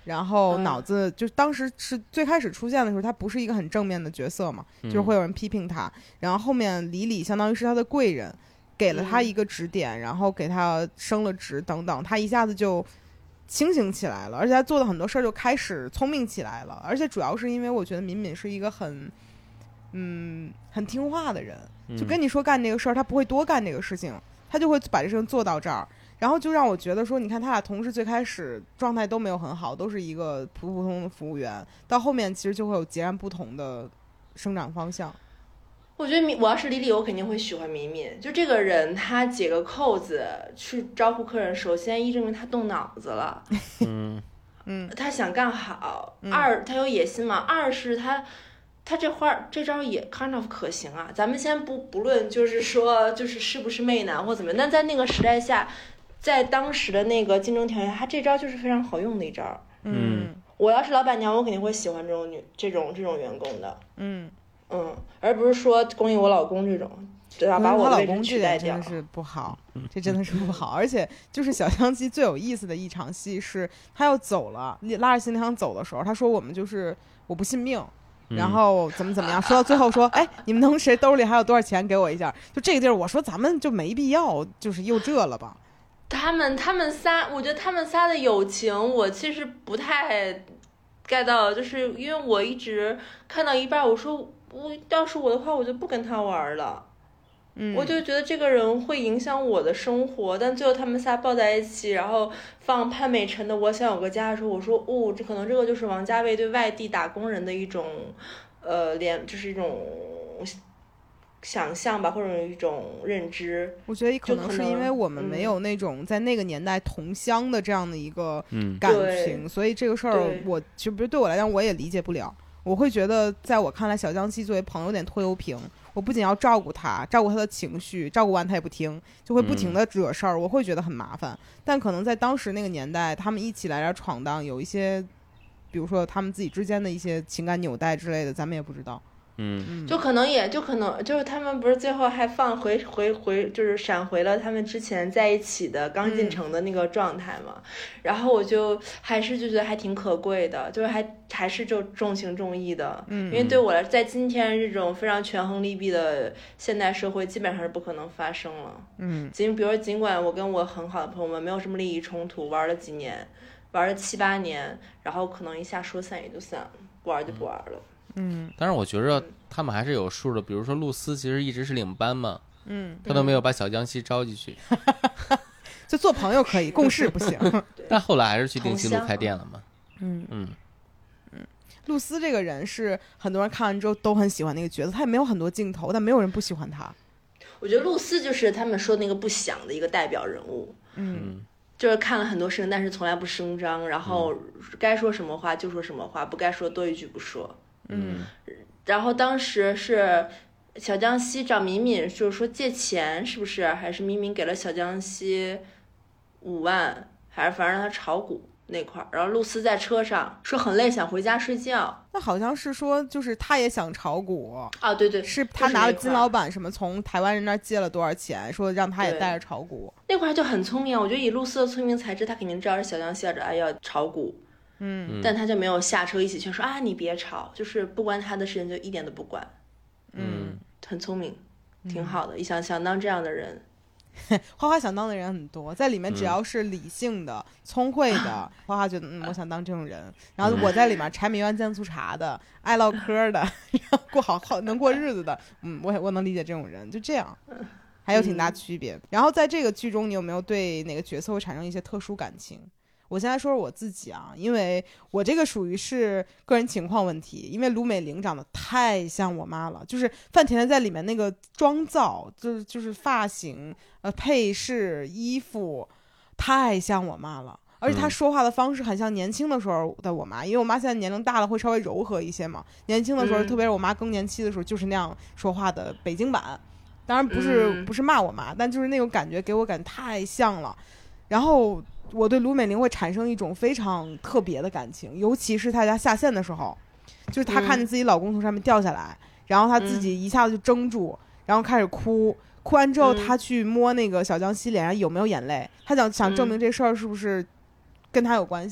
然后脑子、嗯、就当时是最开始出现的时候，他不是一个很正面的角色嘛， 嗯、 就是会有人批评他。然后后面李李相当于是他的贵人，给了他一个指点，嗯、然后给他升了职等等，他一下子就清醒起来了，而且他做的很多事儿就开始聪明起来了。而且主要是因为我觉得敏敏是一个很嗯很听话的人，就跟你说干这个事儿，他不会多干这个事情，他就会把这事情做到这儿。然后就让我觉得说，你看他俩同事最开始状态都没有很好，都是一个普普通通的服务员，到后面其实就会有截然不同的生长方向。 我觉得我要是李李，我肯定会喜欢敏敏。就这个人，他解个扣子去招呼客人，首先一证明他动脑子了， 嗯嗯， 他想干好； 嗯、 二他有野心嘛；二是他。他这花这招也 kind of 可行啊，咱们先不不论，就是说就是是不是媚男或怎么样，但在那个时代下，在当时的那个竞争条件，他这招就是非常好用的一招。 嗯， 我要是老板娘，我肯定会喜欢这种女这种这种员工的。 嗯嗯，而不是说供应我老公这种，对吧？把我的位置取代掉， 真的是不好，这真的是不好。而且就是小香鸡最有意思的一场戏是，他要走了，拉着行李箱走的时候，他说我们就是我不信命。然后怎么怎么样，说到最后说，哎，你们能谁兜里还有多少钱给我一下？就这个地儿，我说咱们就没必要，就是又这了吧。 他们他们仨，我觉得他们仨的友情，我其实不太 get 到，就是因为我一直看到一半，我说我要是我的话，我就不跟他玩了。嗯，我就觉得这个人会影响我的生活，但最后他们仨抱在一起，然后放潘美辰的《我想有个家》的时候，我说哦，这可能这个就是王家卫对外地打工人的一种，呃，连就是一种想象吧，或者一种认知。 我觉得可能是因为我们没有那种在那个年代同乡的这样的一个感情，嗯、所以这个事儿我其实不是对我来讲我也理解不了。我会觉得，在我看来，小江西作为朋友有点拖油瓶。我不仅要照顾他，照顾他的情绪，照顾完他也不听，就会不停的惹事儿、嗯，我会觉得很麻烦。但可能在当时那个年代，他们一起来这闯荡，有一些，比如说他们自己之间的一些情感纽带之类的，咱们也不知道。 嗯， 就可能也就可能就是他们不是最后还放回回回就是闪回了他们之前在一起的刚进城的那个状态嘛、嗯、然后我就还是就觉得还挺可贵的，就是还还是就重情重义的。嗯，因为对我来在今天这种非常权衡利弊的现代社会基本上是不可能发生了。 嗯， 尽比如尽管我跟我很好的朋友们没有什么利益冲突，玩了几年，玩了七八年，然后可能一下说散也就散了，不玩就不玩了。 嗯， 但是我觉着他们还是有数的，比如说露丝其实一直是领班嘛， 嗯， 他都没有把小江西招进去， 就做朋友可以，共事不行。 但后来还是去定西路开店了嘛。 嗯嗯嗯，露丝这个人是很多人看完之后都很喜欢那个角色，他也没有很多镜头，但没有人不喜欢他。 我觉得露丝就是他们说那个不响的一个代表人物。 嗯。 就是看了很多事情，但是从来不声张，然后该说什么话就说什么话，不该说多一句不说。 嗯， 然后当时是小江西找敏敏，就是说借钱，是不是？还是敏敏给了小江西五万，还是反正让他炒股那块儿。然后露丝在车上说很累，想回家睡觉。 那好像是说，就是他也想炒股啊，对对， 是他拿了金老板什么从台湾人那儿借了多少钱，说让他也带着炒股。 那块就很聪明，我觉得以露丝的聪明才智，他肯定知道是小江西要哎要炒股。 嗯， 但他就没有下车一起劝说啊，你别吵，就是不关他的事情就一点都不管。 嗯， 很聪明，挺好的。你、嗯、想想当这样的人， 花花想当的人很多，在里面只要是理性的、嗯、聪慧的，花花觉得嗯，我想当这种人。然后我在里面柴米油盐酱醋茶的，爱唠嗑的，然后过好好能过日子的，嗯，我我能理解这种人，就这样，还有挺大区别。嗯、然后在这个剧中，你有没有对哪个角色会产生一些特殊感情？我现在说说我自己啊，因为我这个属于是个人情况问题，因为卢美玲长得太像我妈了，就是范甜甜在里面那个妆造，就是就是发型、呃配饰、衣服，太像我妈了。而且她说话的方式很像年轻的时候的我妈，因为我妈现在年龄大了会稍微柔和一些嘛，年轻的时候、嗯、特别是我妈更年期的时候就是那样说话的北京版。当然不是、嗯、不是骂我妈，但就是那种感觉给我感觉太像了。然后我对卢美玲会产生一种非常特别的感情，尤其是她家下线的时候，就是她看见自己老公从上面掉下来、嗯、然后她自己一下子就怔住、嗯、然后开始哭，哭完之后她去摸那个小江西脸上有没有眼泪，她想想证明这事儿是不是跟她有关系、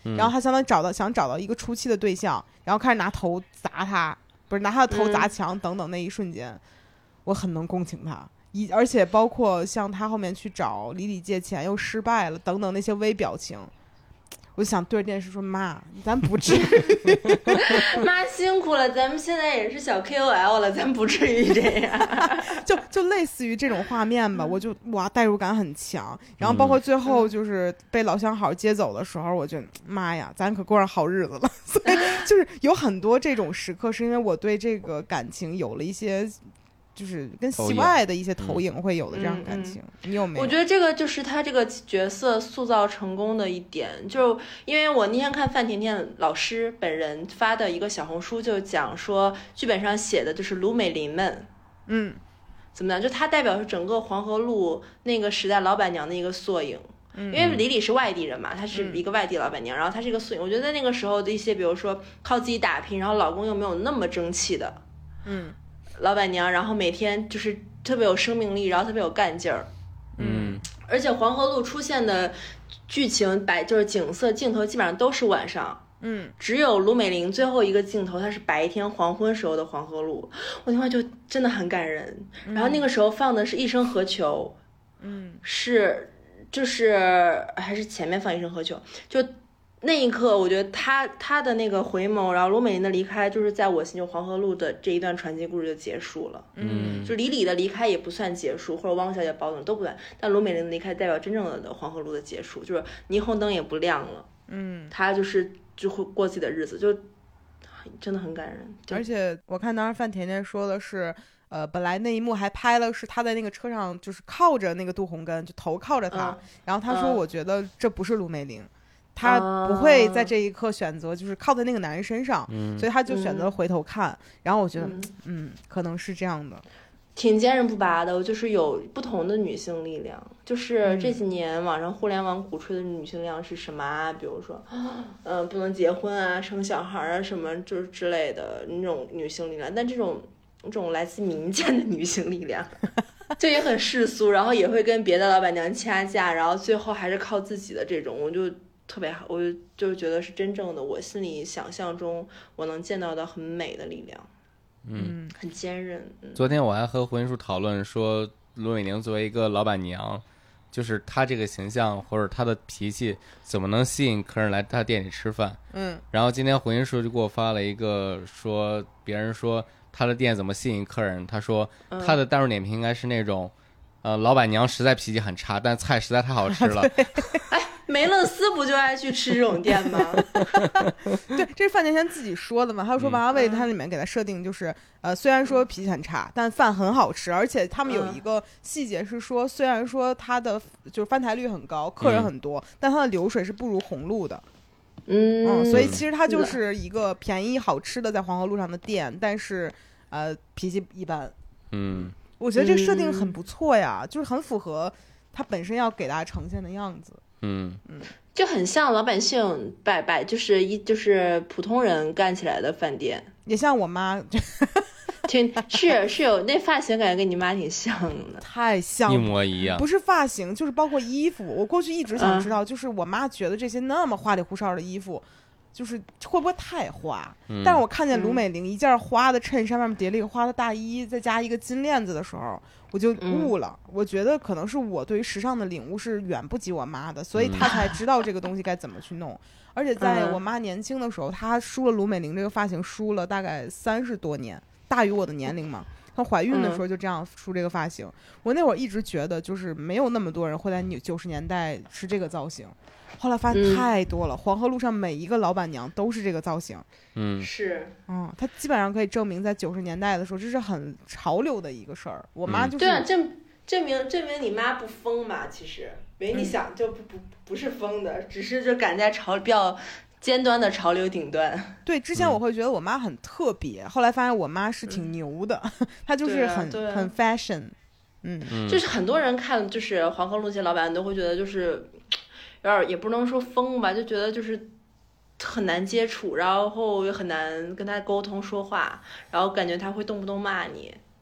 然后他相当于找到想找到一个出气的对象，然后开始拿头砸他，不是拿他的头砸墙等等那一瞬间，嗯、我很能共情他。一而且包括像他后面去找李李借钱又失败了等等那些微表情。我就想对着电视说妈咱不至于妈辛苦了，咱们现在也是小 K O L 了，咱不至于这样就就类似于这种画面吧，我就哇代入感很强。然后包括最后就是被老相好接走的时候，我就妈呀咱可过上好日子了。所以就是有很多这种时刻是因为我对这个感情有了一些就是跟戏外的一些投影会有的这样的感情、嗯嗯、你有没有？ 我觉得这个就是他这个角色塑造成功的一点，就因为我那天看范甜甜老师本人发的一个小红书，就讲说剧本上写的就是卢美玲们， 嗯， 怎么样？就他代表是整个黄河路那个时代老板娘的一个缩影。因为李李是外地人嘛，她是一个外地老板娘，然后她是一个缩影。我觉得在那个时候的一些，比如说靠自己打拼，然后老公又没有那么争气的， 嗯。 老板娘，然后每天就是特别有生命力，然后特别有干劲儿， 嗯， 而且黄河路出现的剧情白就是景色镜头基本上都是晚上， 嗯， 只有卢美玲最后一个镜头它是白天黄昏时候的黄河路，我听完就真的很感人。 嗯、 然后那个时候放的是一生何求， 嗯， 是就是还是前面放一生何求，就。那一刻我觉得他他的那个回眸，然后卢美玲的离开，就是在我心中黄河路的这一段传奇故事就结束了。 嗯， 就李李的离开也不算结束，或者汪小姐保总都不算，但卢美玲的离开代表真正的黄河路的结束，就是霓虹灯也不亮了。 嗯， 他就是就会过自己的日子，就真的很感人。 而且我看当时范甜甜说的是呃，本来那一幕还拍了是他在那个车上就是靠着那个杜洪根，就头靠着他、嗯、然后他说我觉得这不是卢美玲、嗯他不会在这一刻选择就是靠在那个男人身上、 嗯、 所以他就选择回头看、嗯、然后我觉得 嗯, 嗯可能是这样的， 挺坚韧不拔的，就是有不同的女性力量，就是这几年网上互联网鼓吹的女性力量是什么啊，比如说嗯、呃，不能结婚啊生小孩啊什么就是之类的那种女性力量，但这种这种来自民间的女性力量就也很世俗，然后也会跟别的老板娘掐架，然后最后还是靠自己的这种，我就特别好，我就觉得是真正的我心里想象中我能见到的很美的力量， 嗯， 很坚韧、嗯、 昨天我还和胡云舒讨论说卢美玲作为一个老板娘，就是她这个形象或者她的脾气怎么能吸引客人来她店里吃饭， 嗯， 然后今天胡云舒就给我发了一个说别人说她的店怎么吸引客人，他说她的大众点评应该是那种、嗯、呃，老板娘实在脾气很差，但菜实在太好吃了梅乐丝不就爱去吃这种店吗？ 对，这是范甜甜自己说的嘛。他说王家卫它里面给他设定就是、嗯、呃，虽然说脾气很差，但饭很好吃，而且他们有一个细节是说，虽然说他的就是翻台率很高，客人很多，嗯、但它的流水是不如红路的。 嗯, 嗯，所以其实它就是一个便宜好吃的在黄河路上的店，但是呃脾气一般。 嗯， 我觉得这个设定很不错呀，嗯、就是很符合它本身要给大家呈现的样子。 嗯嗯， 就很像老百姓摆摆，就是一就是普通人干起来的饭店， 也像我妈， 挺是是有那发型感觉跟你妈挺像的， 太像， 一模一样。 不是发型，就是包括衣服。我过去一直想知道，嗯、就是我妈觉得这些那么花里胡哨的衣服，就是会不会太花？嗯、但是我看见卢美玲一件花的衬衫外面叠了一个花的大衣，再加一个金链子的时候。我就悟了、嗯，我觉得可能是我对于时尚的领悟是远不及我妈的，所以她才知道这个东西该怎么去弄。嗯、而且在我妈年轻的时候，她梳了卢美玲这个发型梳了大概三十多年，大于我的年龄嘛。她怀孕的时候就这样梳这个发型。嗯、我那会儿一直觉得就是没有那么多人会在九十年代是这个造型，后来发现太多了、嗯。黄河路上每一个老板娘都是这个造型。 嗯， 是， 嗯，他基本上可以证明，在九十年代的时候，这是很潮流的一个事儿。我妈就是、 嗯、对啊，证证明证明你妈不疯嘛，其实没你想就不、嗯、不不是疯的，只是就赶在潮比较尖端的潮流顶端。 对，之前我会觉得我妈很特别，嗯、后来发现我妈是挺牛的，嗯、她就是很、啊啊、很 fashion。嗯， 就是很多人看就是黄河路线老板都会觉得就是有点也不能说疯吧，就觉得就是。很难接触，然后又很难跟他沟通说话，然后感觉他会动不动骂你。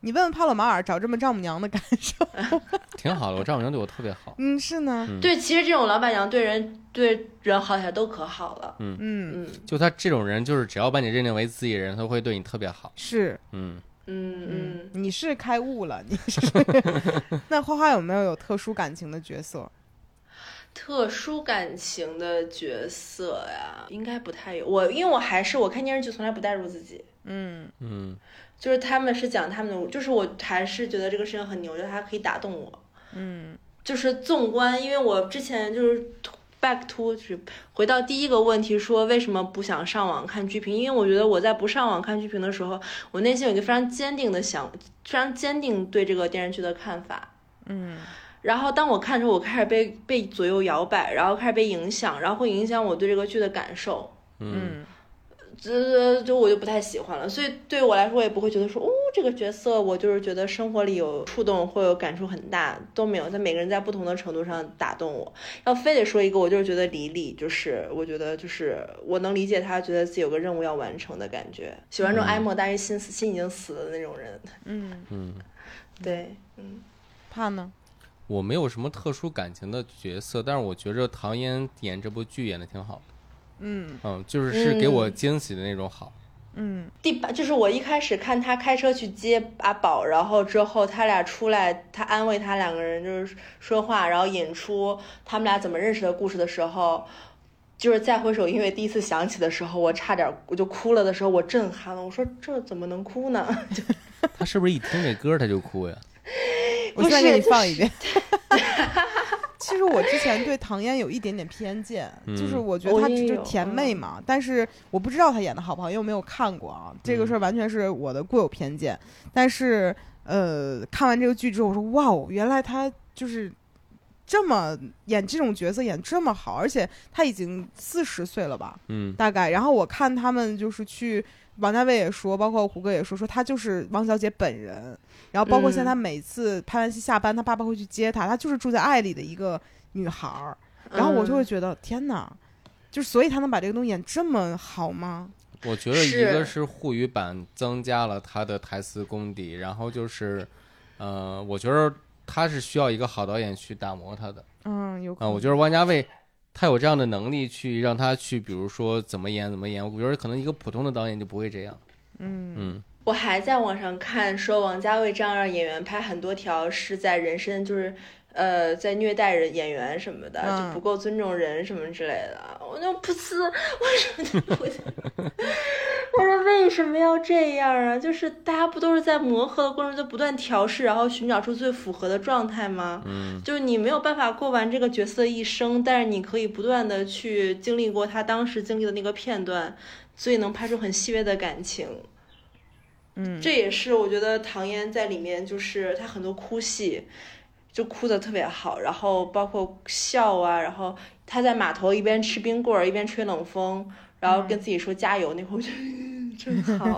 你问问帕洛马尔找这么丈母娘的感受。 挺好的，我丈母娘对我特别好。 嗯，是呢。 嗯、 对，其实这种老板娘对人对人好起来都可好了。 嗯嗯， 就他这种人，就是只要把你认定为自己人，他会对你特别好。 是。 嗯嗯嗯， 你是开悟了，你是。那花花有没有有特殊感情的角色？ 特殊感情的角色呀，应该不太有。我因为我还是我看电视剧从来不带入自己。 嗯嗯， 就是他们是讲他们的，就是我还是觉得这个事情很牛，就它可以打动我。 嗯， 就是纵观，因为我之前就是 back to 就是回到第一个问题，说为什么不想上网看剧评？因为我觉得我在不上网看剧评的时候，我内心有一个非常坚定的想，非常坚定对这个电视剧的看法。 嗯。 然后当我看之后，我开始被被左右摇摆，然后开始被影响，然后会影响我对这个剧的感受。 嗯， 这就我就不太喜欢了。所以对我来说，我也不会觉得说，哦，这个角色我就是觉得生活里有触动，会有感触很大，都没有。但每个人在不同的程度上打动我。要非得说一个，我就是觉得李李，就是我觉得就是我能理解他觉得自己有个任务要完成的感觉，喜欢这种哀莫大于心死，心已经死了的那种人。 嗯嗯， 对，嗯， 怕呢？ 我没有什么特殊感情的角色，但是我觉着唐嫣演这部剧演的挺好的。 嗯嗯，就是是给我惊喜的那种好。 嗯， 第八就是我一开始看他开车去接阿宝，然后之后他俩出来，他安慰他两个人就是说话，然后引出他们俩怎么认识的故事的时候，就是再回首音乐第一次响起的时候，我差点我就哭了的时候，我震撼了，我说这怎么能哭呢？ 他是不是一听这歌他就哭呀？ 我现在给你放一遍。其实我之前对唐嫣有一点点偏见，嗯、就是我觉得她就是甜妹嘛，嗯、但是我不知道她演的好不好，因为我没有看过啊。这个事儿完全是我的固有偏见。嗯、但是呃，看完这个剧之后，我说哇哦，原来她就是这么演这种角色演这么好，而且她已经四十岁了吧， 嗯， 大概。然后我看他们就是去。王家卫也说，包括胡歌也说，说她就是汪小姐本人。然后包括像她每次拍完戏下班，她爸爸会去接她，她就是住在爱里的一个女孩儿。然后我就会觉得，嗯、天哪，就是所以她能把这个东西演这么好吗？ 我觉得一个是沪语版增加了她的台词功底，然后就是，呃，我觉得她是需要一个好导演去打磨她的。 嗯，有可能。 啊、呃，我觉得王家卫。他有这样的能力去让他去，比如说怎么演怎么演，我觉得可能一个普通的导演就不会这样。 嗯嗯， 我还在网上看说王家卫这样让演员拍很多条是在人身就是呃在虐待人演员什么的，嗯、就不够尊重人什么之类的。我就噗呲，为什么不？我说为什么要这样啊？就是大家不都是在磨合的过程中不断调试，然后寻找出最符合的状态吗？ 嗯， 就是你没有办法过完这个角色的一生，但是你可以不断的去经历过他当时经历的那个片段，所以能拍出很细微的感情。 嗯， 这也是我觉得唐嫣在里面就是她很多哭戏就哭得特别好，然后包括笑啊，然后她在码头一边吃冰棍一边吹冷风，然后跟自己说加油，那会儿我觉得真好。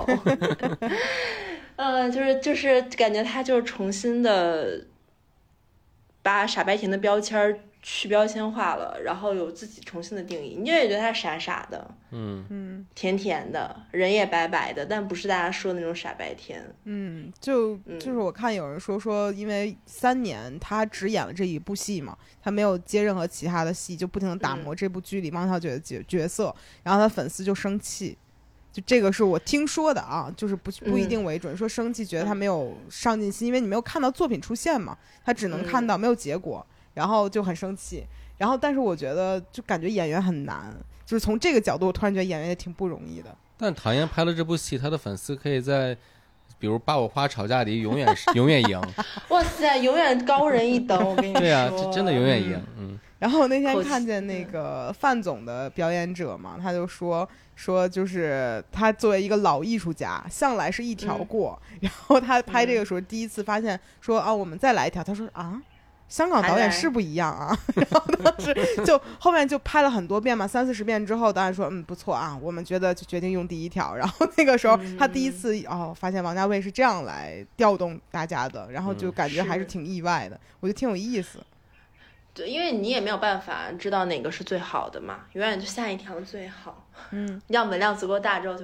嗯，就是就是感觉她就是重新的把傻白甜的标签去标签化了，然后有自己重新的定义。你也觉得她傻傻的， 嗯嗯， 甜甜的，人也白白的，但不是大家说的那种傻白甜。 嗯，就就是我看有人说说，因为三年他只演了这一部戏嘛，他没有接任何其他的戏，就不停的打磨这部剧里汪小姐的角角色，然后他粉丝就生气。就这个是我听说的啊，就是不不一定为准，嗯、说生气觉得他没有上进心，因为你没有看到作品出现嘛，他只能看到没有结果，然后就很生气。然后但是我觉得就感觉演员很难，就是从这个角度我突然觉得演员也挺不容易的。 但唐嫣拍了这部戏，他的粉丝可以在比如八五花吵架里永远永远赢。 哇塞，永远高人一等，我跟你说。 对啊，真的永远赢。嗯。 然后那天看见那个范总的表演者嘛，他就说说就是他作为一个老艺术家，向来是一条过。嗯、然后他拍这个时候第一次发现说啊，我们再来一条。他说啊。香港导演是不一样啊，然后当时就后面就拍了很多遍嘛，三四十遍之后，导演说嗯不错啊，我们觉得就决定用第一条。然后那个时候他第一次、嗯、哦发现王家卫是这样来调动大家的，然后就感觉还是挺意外的，嗯、我觉得挺有意思。 对，因为你也没有办法知道哪个是最好的嘛，永远就下一条最好。 嗯， 样本量足够大之后就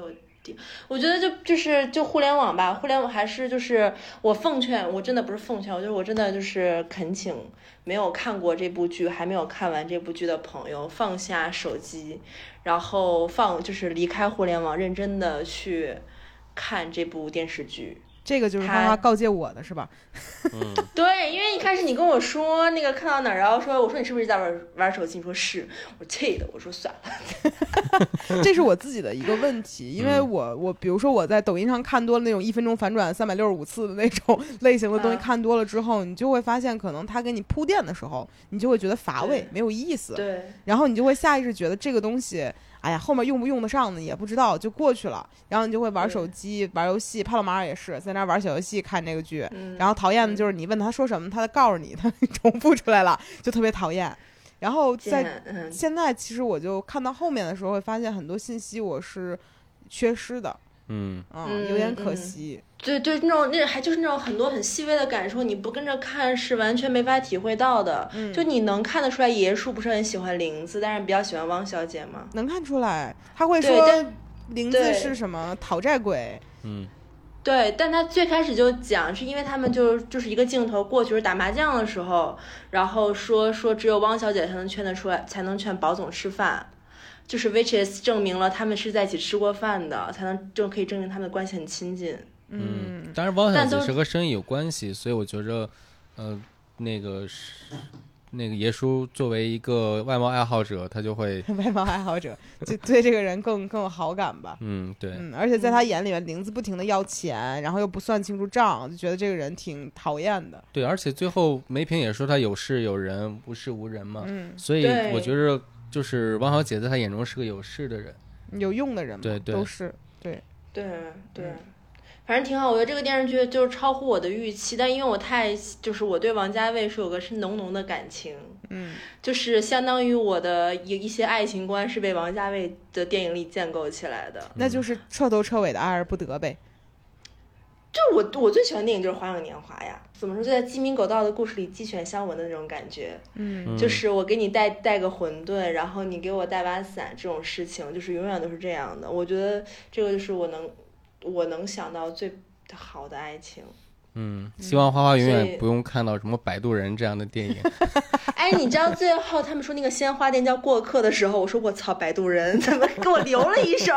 我觉得就就是就互联网吧，互联网还是就是我奉劝，我真的不是奉劝，我就是我真的就是恳请没有看过这部剧还没有看完这部剧的朋友放下手机，然后放就是离开互联网，认真的去看这部电视剧。 这个就是花花告诫我的是吧？ 嗯，对，因为一开始你跟我说那个看到哪儿，然后说我说你是不是在玩玩手机？你说是，我气的，我说算了。 这是我自己的一个问题，因为我我比如说我在抖音上看多了那种一分钟反转三百六十五次的那种类型的东西，看多了之后，你就会发现可能他给你铺垫的时候，你就会觉得乏味，没有意思。 对， 然后你就会下意识觉得这个东西。哎呀，后面用不用得上呢也不知道，就过去了。然后你就会玩手机、玩游戏。帕洛马尔也是在那玩小游戏看这个剧， 嗯、 然后讨厌的就是你问他说什么，他告诉你，他重复出来了，就特别讨厌。然后在、嗯、现在，其实我就看到后面的时候，会发现很多信息我是缺失的， 嗯嗯，有点可惜。 嗯对对，那种那还就是那种很多很细微的感受，你不跟着看是完全没法体会到的。 嗯， 就你能看得出来，爷叔不是很喜欢林子，但是比较喜欢汪小姐吗？ 能看出来，他会说林子是什么讨债鬼。 嗯， 对，但他最开始就讲，是因为他们就就是一个镜头过去是打麻将的时候，然后说说只有汪小姐才能劝得出来，才能劝保总吃饭。就是 which is 证明了他们是在一起吃过饭的，才能证可以证明他们的关系很亲近。 嗯，当然汪小姐是和生意有关系，所以我觉着，呃，那个是那个爷叔作为一个外貌爱好者，他就会外貌爱好者就对这个人更更有好感吧。 嗯，对， 嗯，而且在他眼里面，林子不停的要钱，然后又不算清楚账，就觉得这个人挺讨厌的。 对，而且最后梅萍也说他有事有人，无事无人嘛。 嗯， 所以我觉着就是汪小姐在他眼中是个有事的人， 有用的人嘛， 对对， 都是对对对。嗯，反正挺好，我觉得这个电视剧就是超乎我的预期，但因为我太就是我对王家卫是有个是浓浓的感情， 嗯， 就是相当于我的一一些爱情观是被王家卫的电影里建构起来的， 那就是彻头彻尾的爱而不得呗。 就我我最喜欢的电影就是《花样年华》呀，怎么说，就在鸡鸣狗盗的故事里鸡犬相闻的那种感觉， 嗯， 就是我给你带带个馄饨，然后你给我带把伞，这种事情就是永远都是这样的。我觉得这个就是我能我能想到最好的爱情。 嗯，希望花花永远不用看到什么摆渡人这样的电影。 哎，你知道最后他们说那个鲜花店叫过客的时候，我说我操，摆渡人怎么给我留了一手？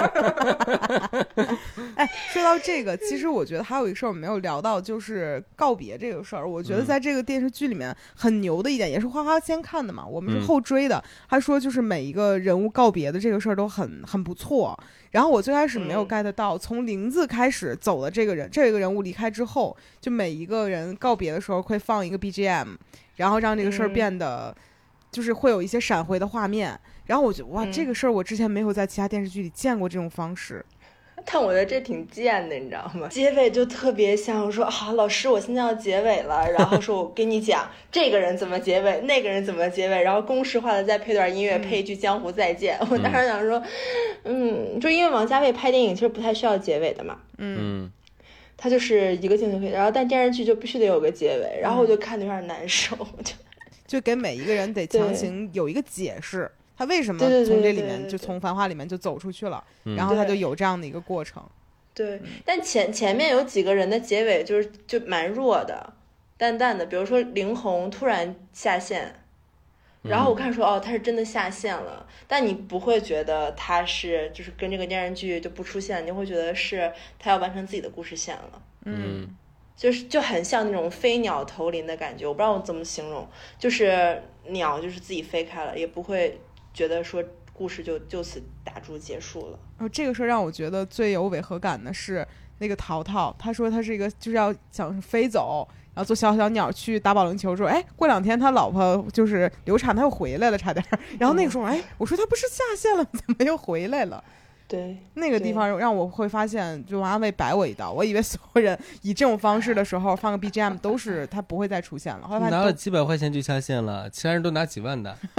哎，说到这个，其实我觉得还有一个事儿我没有聊到，就是告别这个事儿。我觉得在这个电视剧里面很牛的一点，也是花花先看的嘛，我们是后追的。他说就是每一个人物告别的这个事儿都很很不错。然后我最开始没有 get 到，从林子开始走的这个人，这个人物离开之后，就每一个人告别的时候会放一个 B G M， 然后让这个事儿变得就是会有一些闪回的画面。然后我觉得哇，这个事儿我之前没有在其他电视剧里见过这种方式。 但我觉得这挺贱的，你知道吗？结尾就特别像我说啊，老师，我现在要结尾了，然后说我跟你讲这个人怎么结尾，那个人怎么结尾，然后公式化的再配段音乐，配一句江湖再见。我当时想说，嗯，就因为王家卫拍电影其实不太需要结尾的嘛， 嗯， 他就是一个镜头可以，然后但电视剧就必须得有个结尾，然后我就看得有点难受，就就给每一个人得强行有一个解释。他为什么从这里面就从繁华里面就走出去了，然后他就有这样的一个过程。 对，但前前面有几个人的结尾就是就蛮弱的，淡淡的，比如说林红突然下线，然后我看说哦他是真的下线了，但你不会觉得他是就是跟这个电视剧就不出现，你会觉得是他要完成自己的故事线了。 嗯， 就是就很像那种飞鸟投林的感觉，我不知道我怎么形容，就是鸟就是自己飞开了，也不会觉得说故事就就此打住结束了。 然后这个事儿让我觉得最有违和感的是那个淘淘，他说他是一个就是要想飞走，然后做小小鸟去打保龄球，说哎过两天他老婆就是流产，他又回来了差点。然后那个时候哎我说他不是下线了怎么又回来了？ 对， 那个地方让我会发现就王家卫摆我一刀，我以为所有人以这种方式的时候放个 B G M 都是他不会再出现了，后来发现拿了几百块钱就下线了，其他人都拿几万的。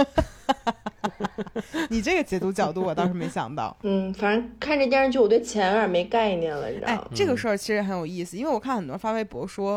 你这个解读角度我倒是没想到。 嗯，反正看这电视剧我对钱有点没概念了，你知道吗？ 哎，这个事儿其实很有意思，因为我看很多人发微博说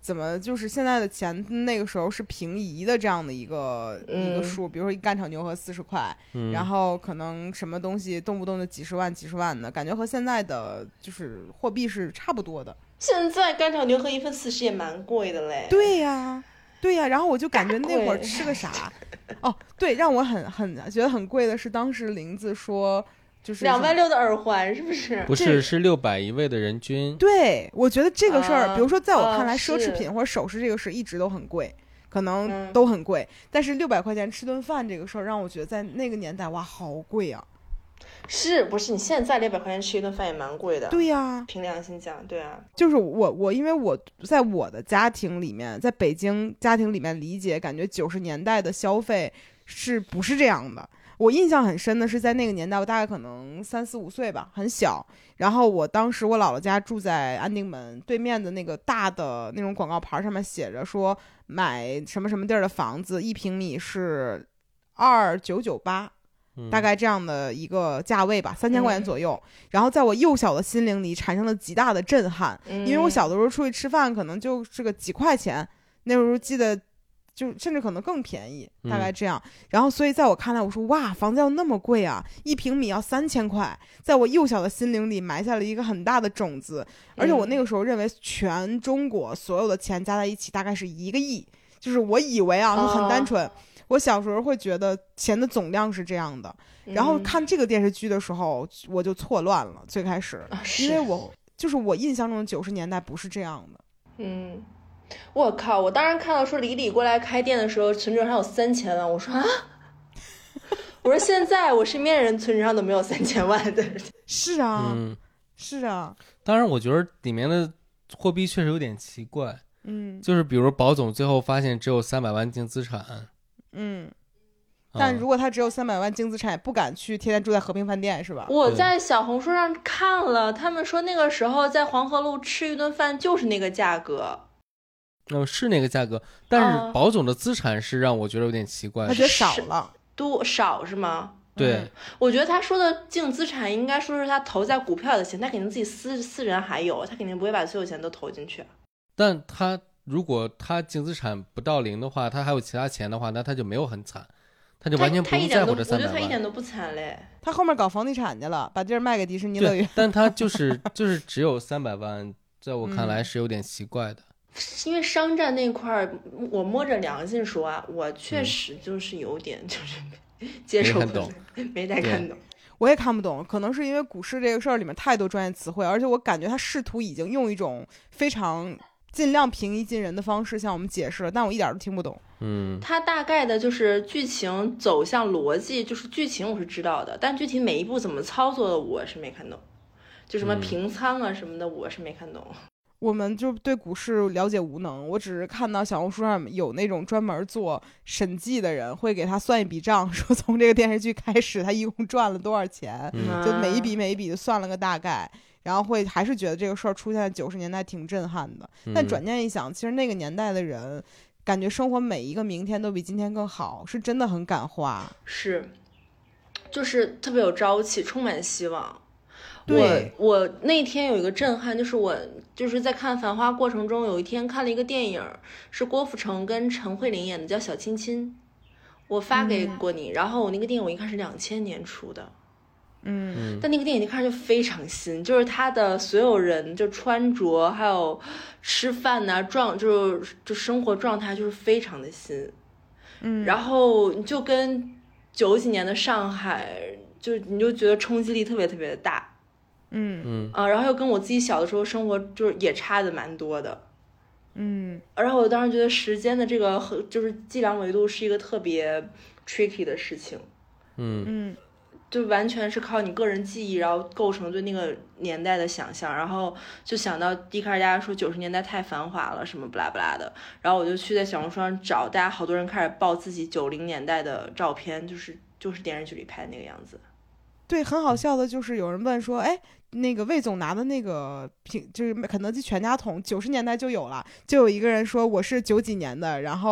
怎么就是现在的钱那个时候是平移的这样的一个、嗯、一个数，比如说一干炒牛河四十块、嗯，然后可能什么东西动不动就几十万几十万的，感觉和现在的就是货币是差不多的。 现在干炒牛河一份四十也蛮贵的嘞。 对呀、啊。对呀、啊，然后我就感觉那会儿吃个啥，哦，对，让我很很觉得很贵的是，当时林子说就是两万六的耳环，是不是？ 不是，是六百一位的人均。 对，我觉得这个事儿、 啊， 比如说在我看来， 啊奢侈品或者首饰这个事一直都很贵，可能都很贵，嗯、但是六百块钱吃顿饭这个事儿，让我觉得在那个年代哇，好贵啊！ 是不是你现在六百块钱吃一顿饭也蛮贵的？ 对呀、啊， 凭良心讲，对啊， 就是我我因为我在我的家庭里面，在北京家庭里面理解，感觉九十年代的消费是不是这样的？我印象很深的是在那个年代，我大概可能三四五岁吧，很小。然后我当时我姥姥家住在安定门对面的那个大的那种广告牌，上面写着说买什么什么地儿的房子，一平米是二九九八。大概这样的一个价位吧，三千块钱左右、嗯。然后在我幼小的心灵里产生了极大的震撼、嗯，因为我小的时候出去吃饭可能就是个几块钱，那时候记得就甚至可能更便宜，大概这样。嗯、然后所以在我看来，我说哇，房子要那么贵啊，一平米要三千块，在我幼小的心灵里埋下了一个很大的种子。而且我那个时候认为全中国所有的钱加在一起大概是一个亿，就是我以为啊，就很单纯。哦，我小时候会觉得钱的总量是这样的，然后看这个电视剧的时候我就错乱了。最开始、啊、因为我就是我印象中的九十年代不是这样的。 嗯，我靠，我当时看到说李李过来开店的时候存折上有三千万，我说啊，我说现在我身边人存折上都没有三千万的。 是啊、 嗯、 是啊。 当然我觉得里面的货币确实有点奇怪， 嗯， 就是比如保总最后发现只有三百万净资产， 嗯，但如果他只有三百万净资产，也不敢去天天住在和平饭店，是吧？ 我在小红书上看了，他们说那个时候在黄河路吃一顿饭就是那个价格。 哦，是那个价格，但是保总的资产是让我觉得有点奇怪的， 他觉得少了， 多少是吗？ 对、 嗯，我觉得他说的净资产应该说是他投在股票的钱，他肯定自己私私人还有，他肯定不会把所有钱都投进去。 但他如果他净资产不到零的话，他还有其他钱的话，那他就没有很惨，他就完全不用在乎这三百万。 我觉得他一点都不惨嘞， 他后面搞房地产去了，把地儿卖给迪士尼乐园。 但他就是就是只有三百万，在我看来是有点奇怪的。嗯， 因为商战那块儿，我摸着良心说啊，我确实就是有点就是接受不了，没太看懂。 我也看不懂，可能是因为股市这个事儿里面太多专业词汇，而且我感觉他试图已经用一种非常尽量平易近人的方式向我们解释了，但我一点都听不懂。 嗯， 他大概的就是剧情走向逻辑，就是剧情我是知道的，但具体每一步怎么操作的我是没看懂，就什么平仓啊什么的我是没看懂。 我们就对股市了解无能，我只是看到小红书上有那种专门做审计的人会给他算一笔账，说从这个电视剧开始他一共赚了多少钱、嗯、就每一笔每一笔就算了个大概，然后会还是觉得这个事儿出现在九十年代挺震撼的。但转念一想，其实那个年代的人感觉生活每一个明天都比今天更好，是真的很敢花， 是就是特别有朝气，充满希望。 对， 我我那天有一个震撼，就是我就是在看《繁花》过程中，有一天看了一个电影，是郭富城跟陈慧琳演的，叫《小亲亲》，我发给过你、嗯。然后我那个电影我一看是两千年出的， 嗯， 但那个电影一看就非常新，就是他的所有人就穿着还有吃饭呐、啊、状就是就生活状态就是非常的新， 嗯， 然后就跟九几年的上海，就你就觉得冲击力特别特别的大。 嗯嗯啊，然后又跟我自己小的时候生活就是也差的蛮多的， 嗯， 然后我当时觉得时间的这个就是计量维度是一个特别 tricky 的事情， 嗯嗯， 就完全是靠你个人记忆，然后构成对那个年代的想象，然后就想到一开始大家说九十年代太繁华了什么不拉不拉的，然后我就去在小红书上找，大家好多人开始报自己九零年代的照片，就是就是电视剧里拍的那个样子。 对，很好笑的就是有人问说，哎，那个魏总拿的那个平就是肯德基全家桶九十年代就有了，就有一个人说我是九几年的，然后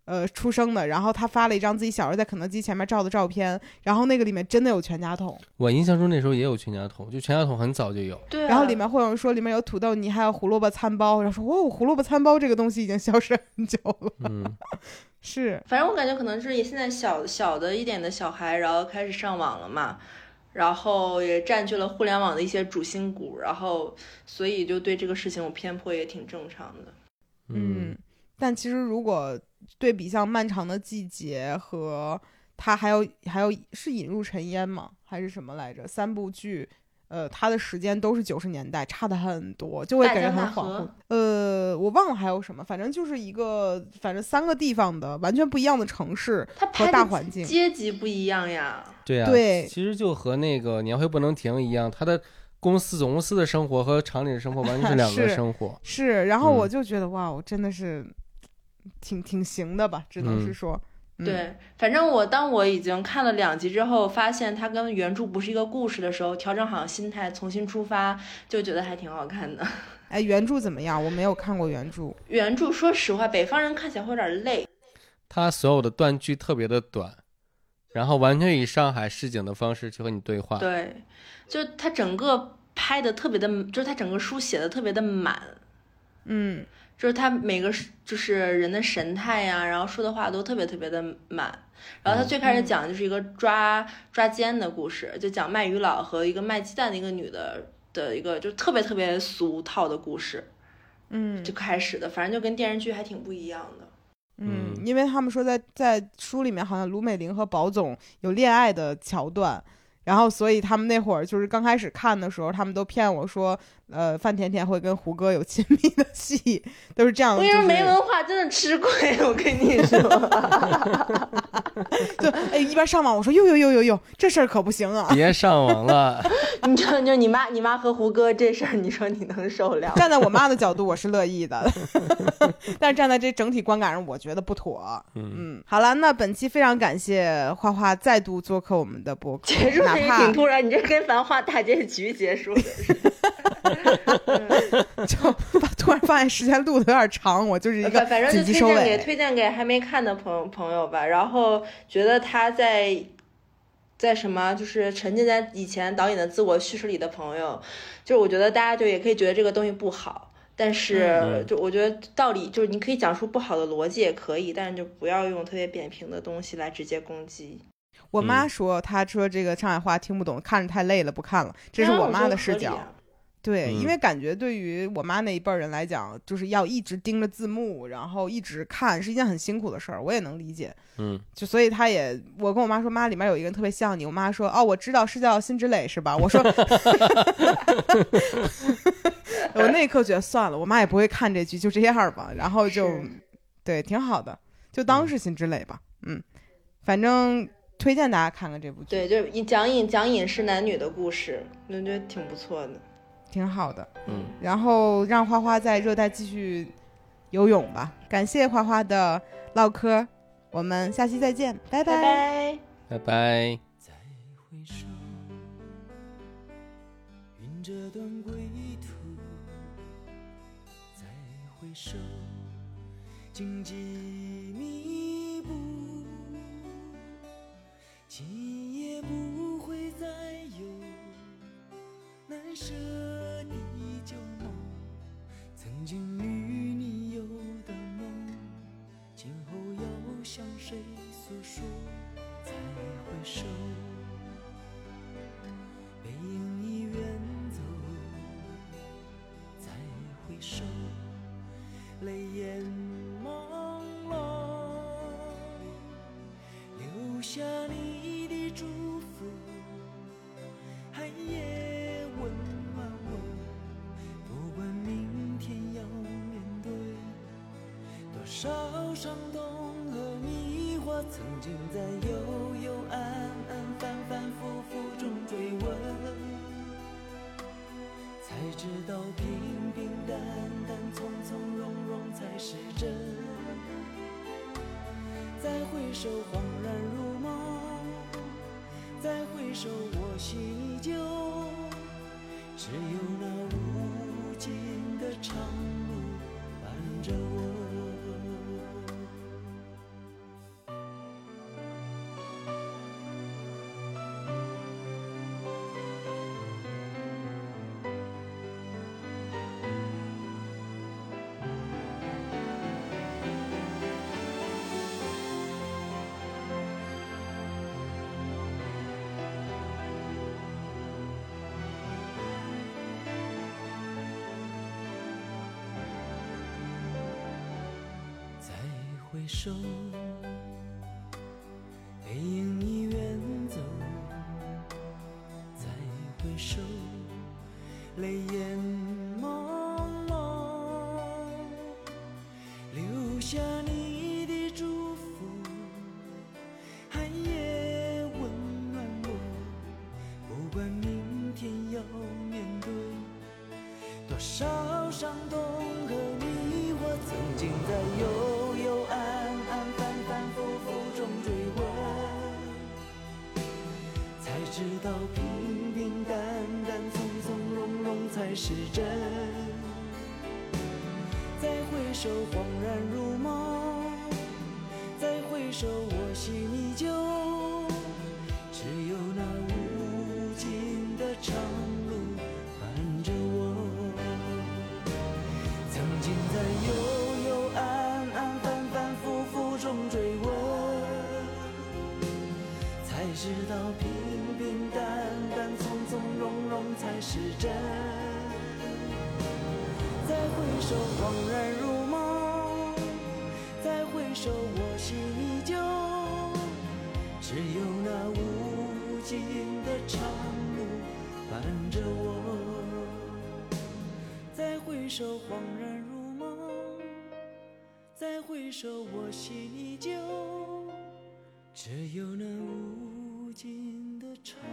呃，出生的，然后他发了一张自己小时候在肯德基前面照的照片，然后那个里面真的有全家桶。 我印象中那时候也有全家桶，就全家桶很早就有。 对、啊， 然后里面会有人说里面有土豆泥，还有胡萝卜餐包，然后说哇，胡萝卜餐包这个东西已经消失很久了。 嗯， 是， 反正我感觉可能是也现在小小的一点的小孩，然后开始上网了嘛，然后也占据了互联网的一些主心骨，然后所以就对这个事情有偏颇也挺正常的。 嗯，但其实如果对比像漫长的季节和它还有还有是引入尘烟吗还是什么来着三部剧，呃它的时间都是九十年代，差的很多，就会给人很恍惚。呃我忘了还有什么，反正就是一个反正三个地方的完全不一样的城市和大环境， 阶级不一样呀。 对啊， 对， 其实就和那个年会不能停一样，它的公司总公司的生活和厂里的生活完全是两个生活。 是, 是，然后我就觉得、嗯、哇，我真的是挺挺行的吧，只能是说、 嗯、对，反正我当我已经看了两集之后，发现它跟原著不是一个故事的时候，调整好心态重新出发，就觉得还挺好看的。 哎，原著怎么样？我没有看过原著。 原著说实话北方人看起来会有点累， 它所有的断句特别的短，然后完全以上海市井的方式去和你对话。 对，就它整个拍的特别的，就是它整个书写的特别的满。 嗯， 就是他每个就是人的神态呀、啊，然后说的话都特别特别的满。然后他最开始讲就是一个抓、嗯、抓奸的故事，就讲卖鱼佬和一个卖鸡蛋的一个女的的一个就特别特别俗套的故事。 嗯， 就开始的，反正就跟电视剧还挺不一样的。 嗯，因为他们说在在书里面好像卢美玲和宝总有恋爱的桥段。然后所以他们那会儿就是刚开始看的时候，他们都骗我说呃范甜甜会跟胡歌有亲密的戏，都是这样、就是、 我跟你说没文化真的吃亏，我跟你说就哎一边上网我说呦呦呦呦呦这事儿可不行啊， 别上网了你就就你妈你妈和胡歌这事儿你说你能受了？ 站在我妈的角度我是乐意的但是站在这整体观感上我觉得不妥。 嗯, 嗯好了，那本期非常感谢花花再度做客我们的播客， 结束也挺突然，你这跟繁花大结局结束的就突然发现时间录的有点长，我就是一个反正就推荐给推荐给还没看的朋友朋友吧，然后觉得他在在什么就是沉浸在以前导演的自我叙事里的朋友，就是我觉得大家就也可以觉得这个东西不好，但是就我觉得道理就是你可以讲出不好的逻辑也可以，但是就不要用特别扁平的东西来直接攻击。 我妈说她说这个上海话听不懂，看着太累了不看了，这是我妈的视角。对、嗯、因为感觉对于我妈那一辈人来讲，就是要一直盯着字幕然后一直看是一件很辛苦的事儿，我也能理解。 嗯， 就所以她也我跟我妈说妈里面有一个人特别像你，我妈说哦我知道是叫辛芷蕾是吧，我说我那一刻觉得算了，我妈也不会看这剧就这样吧，然后就对挺好的，就当是辛芷蕾吧。嗯，反正推荐大家看看这部剧。 对，就是讲饮讲饮食男女的故事，我觉得挺不错的，挺好的。 嗯， 然后让花花在热带继续游泳吧。感谢花花的唠嗑，我们下期再见，拜拜拜拜拜。 再回首，云这段归途，再回首，荆棘密布，今夜不会再有难舍的旧梦，曾经与你有的梦，今后要向谁诉说？再回首，背影已远走，再回首，泪眼朦胧，留下你的祝福，寒夜问啊问，不管明天要面对多少伤痛和迷惑，曾经在幽幽暗暗反反复复中追问，才知道平平淡淡从从容容才是真。再回首恍然如梦，再回首我心依旧，只有那无尽的长路伴着我。 回首，背影已远走，再回首，泪眼朦胧，留下你的祝福，寒夜温暖我。不管明天要面对多少伤痛和迷惑，曾经在幽幽暗暗、反反复复中追问，才知道平平淡淡、从从容容才是真。再回首，恍然如梦；再回首，我心依旧。只有那无尽的长路伴着我。曾经在幽幽暗暗、反反复复中追问，才知道平平淡淡、从从容容才是真。再回首，恍然如梦；再回首，我心依旧。只有那无尽的长路伴着我。再回首，恍然如梦；再回首，我心依旧。只有那无尽的长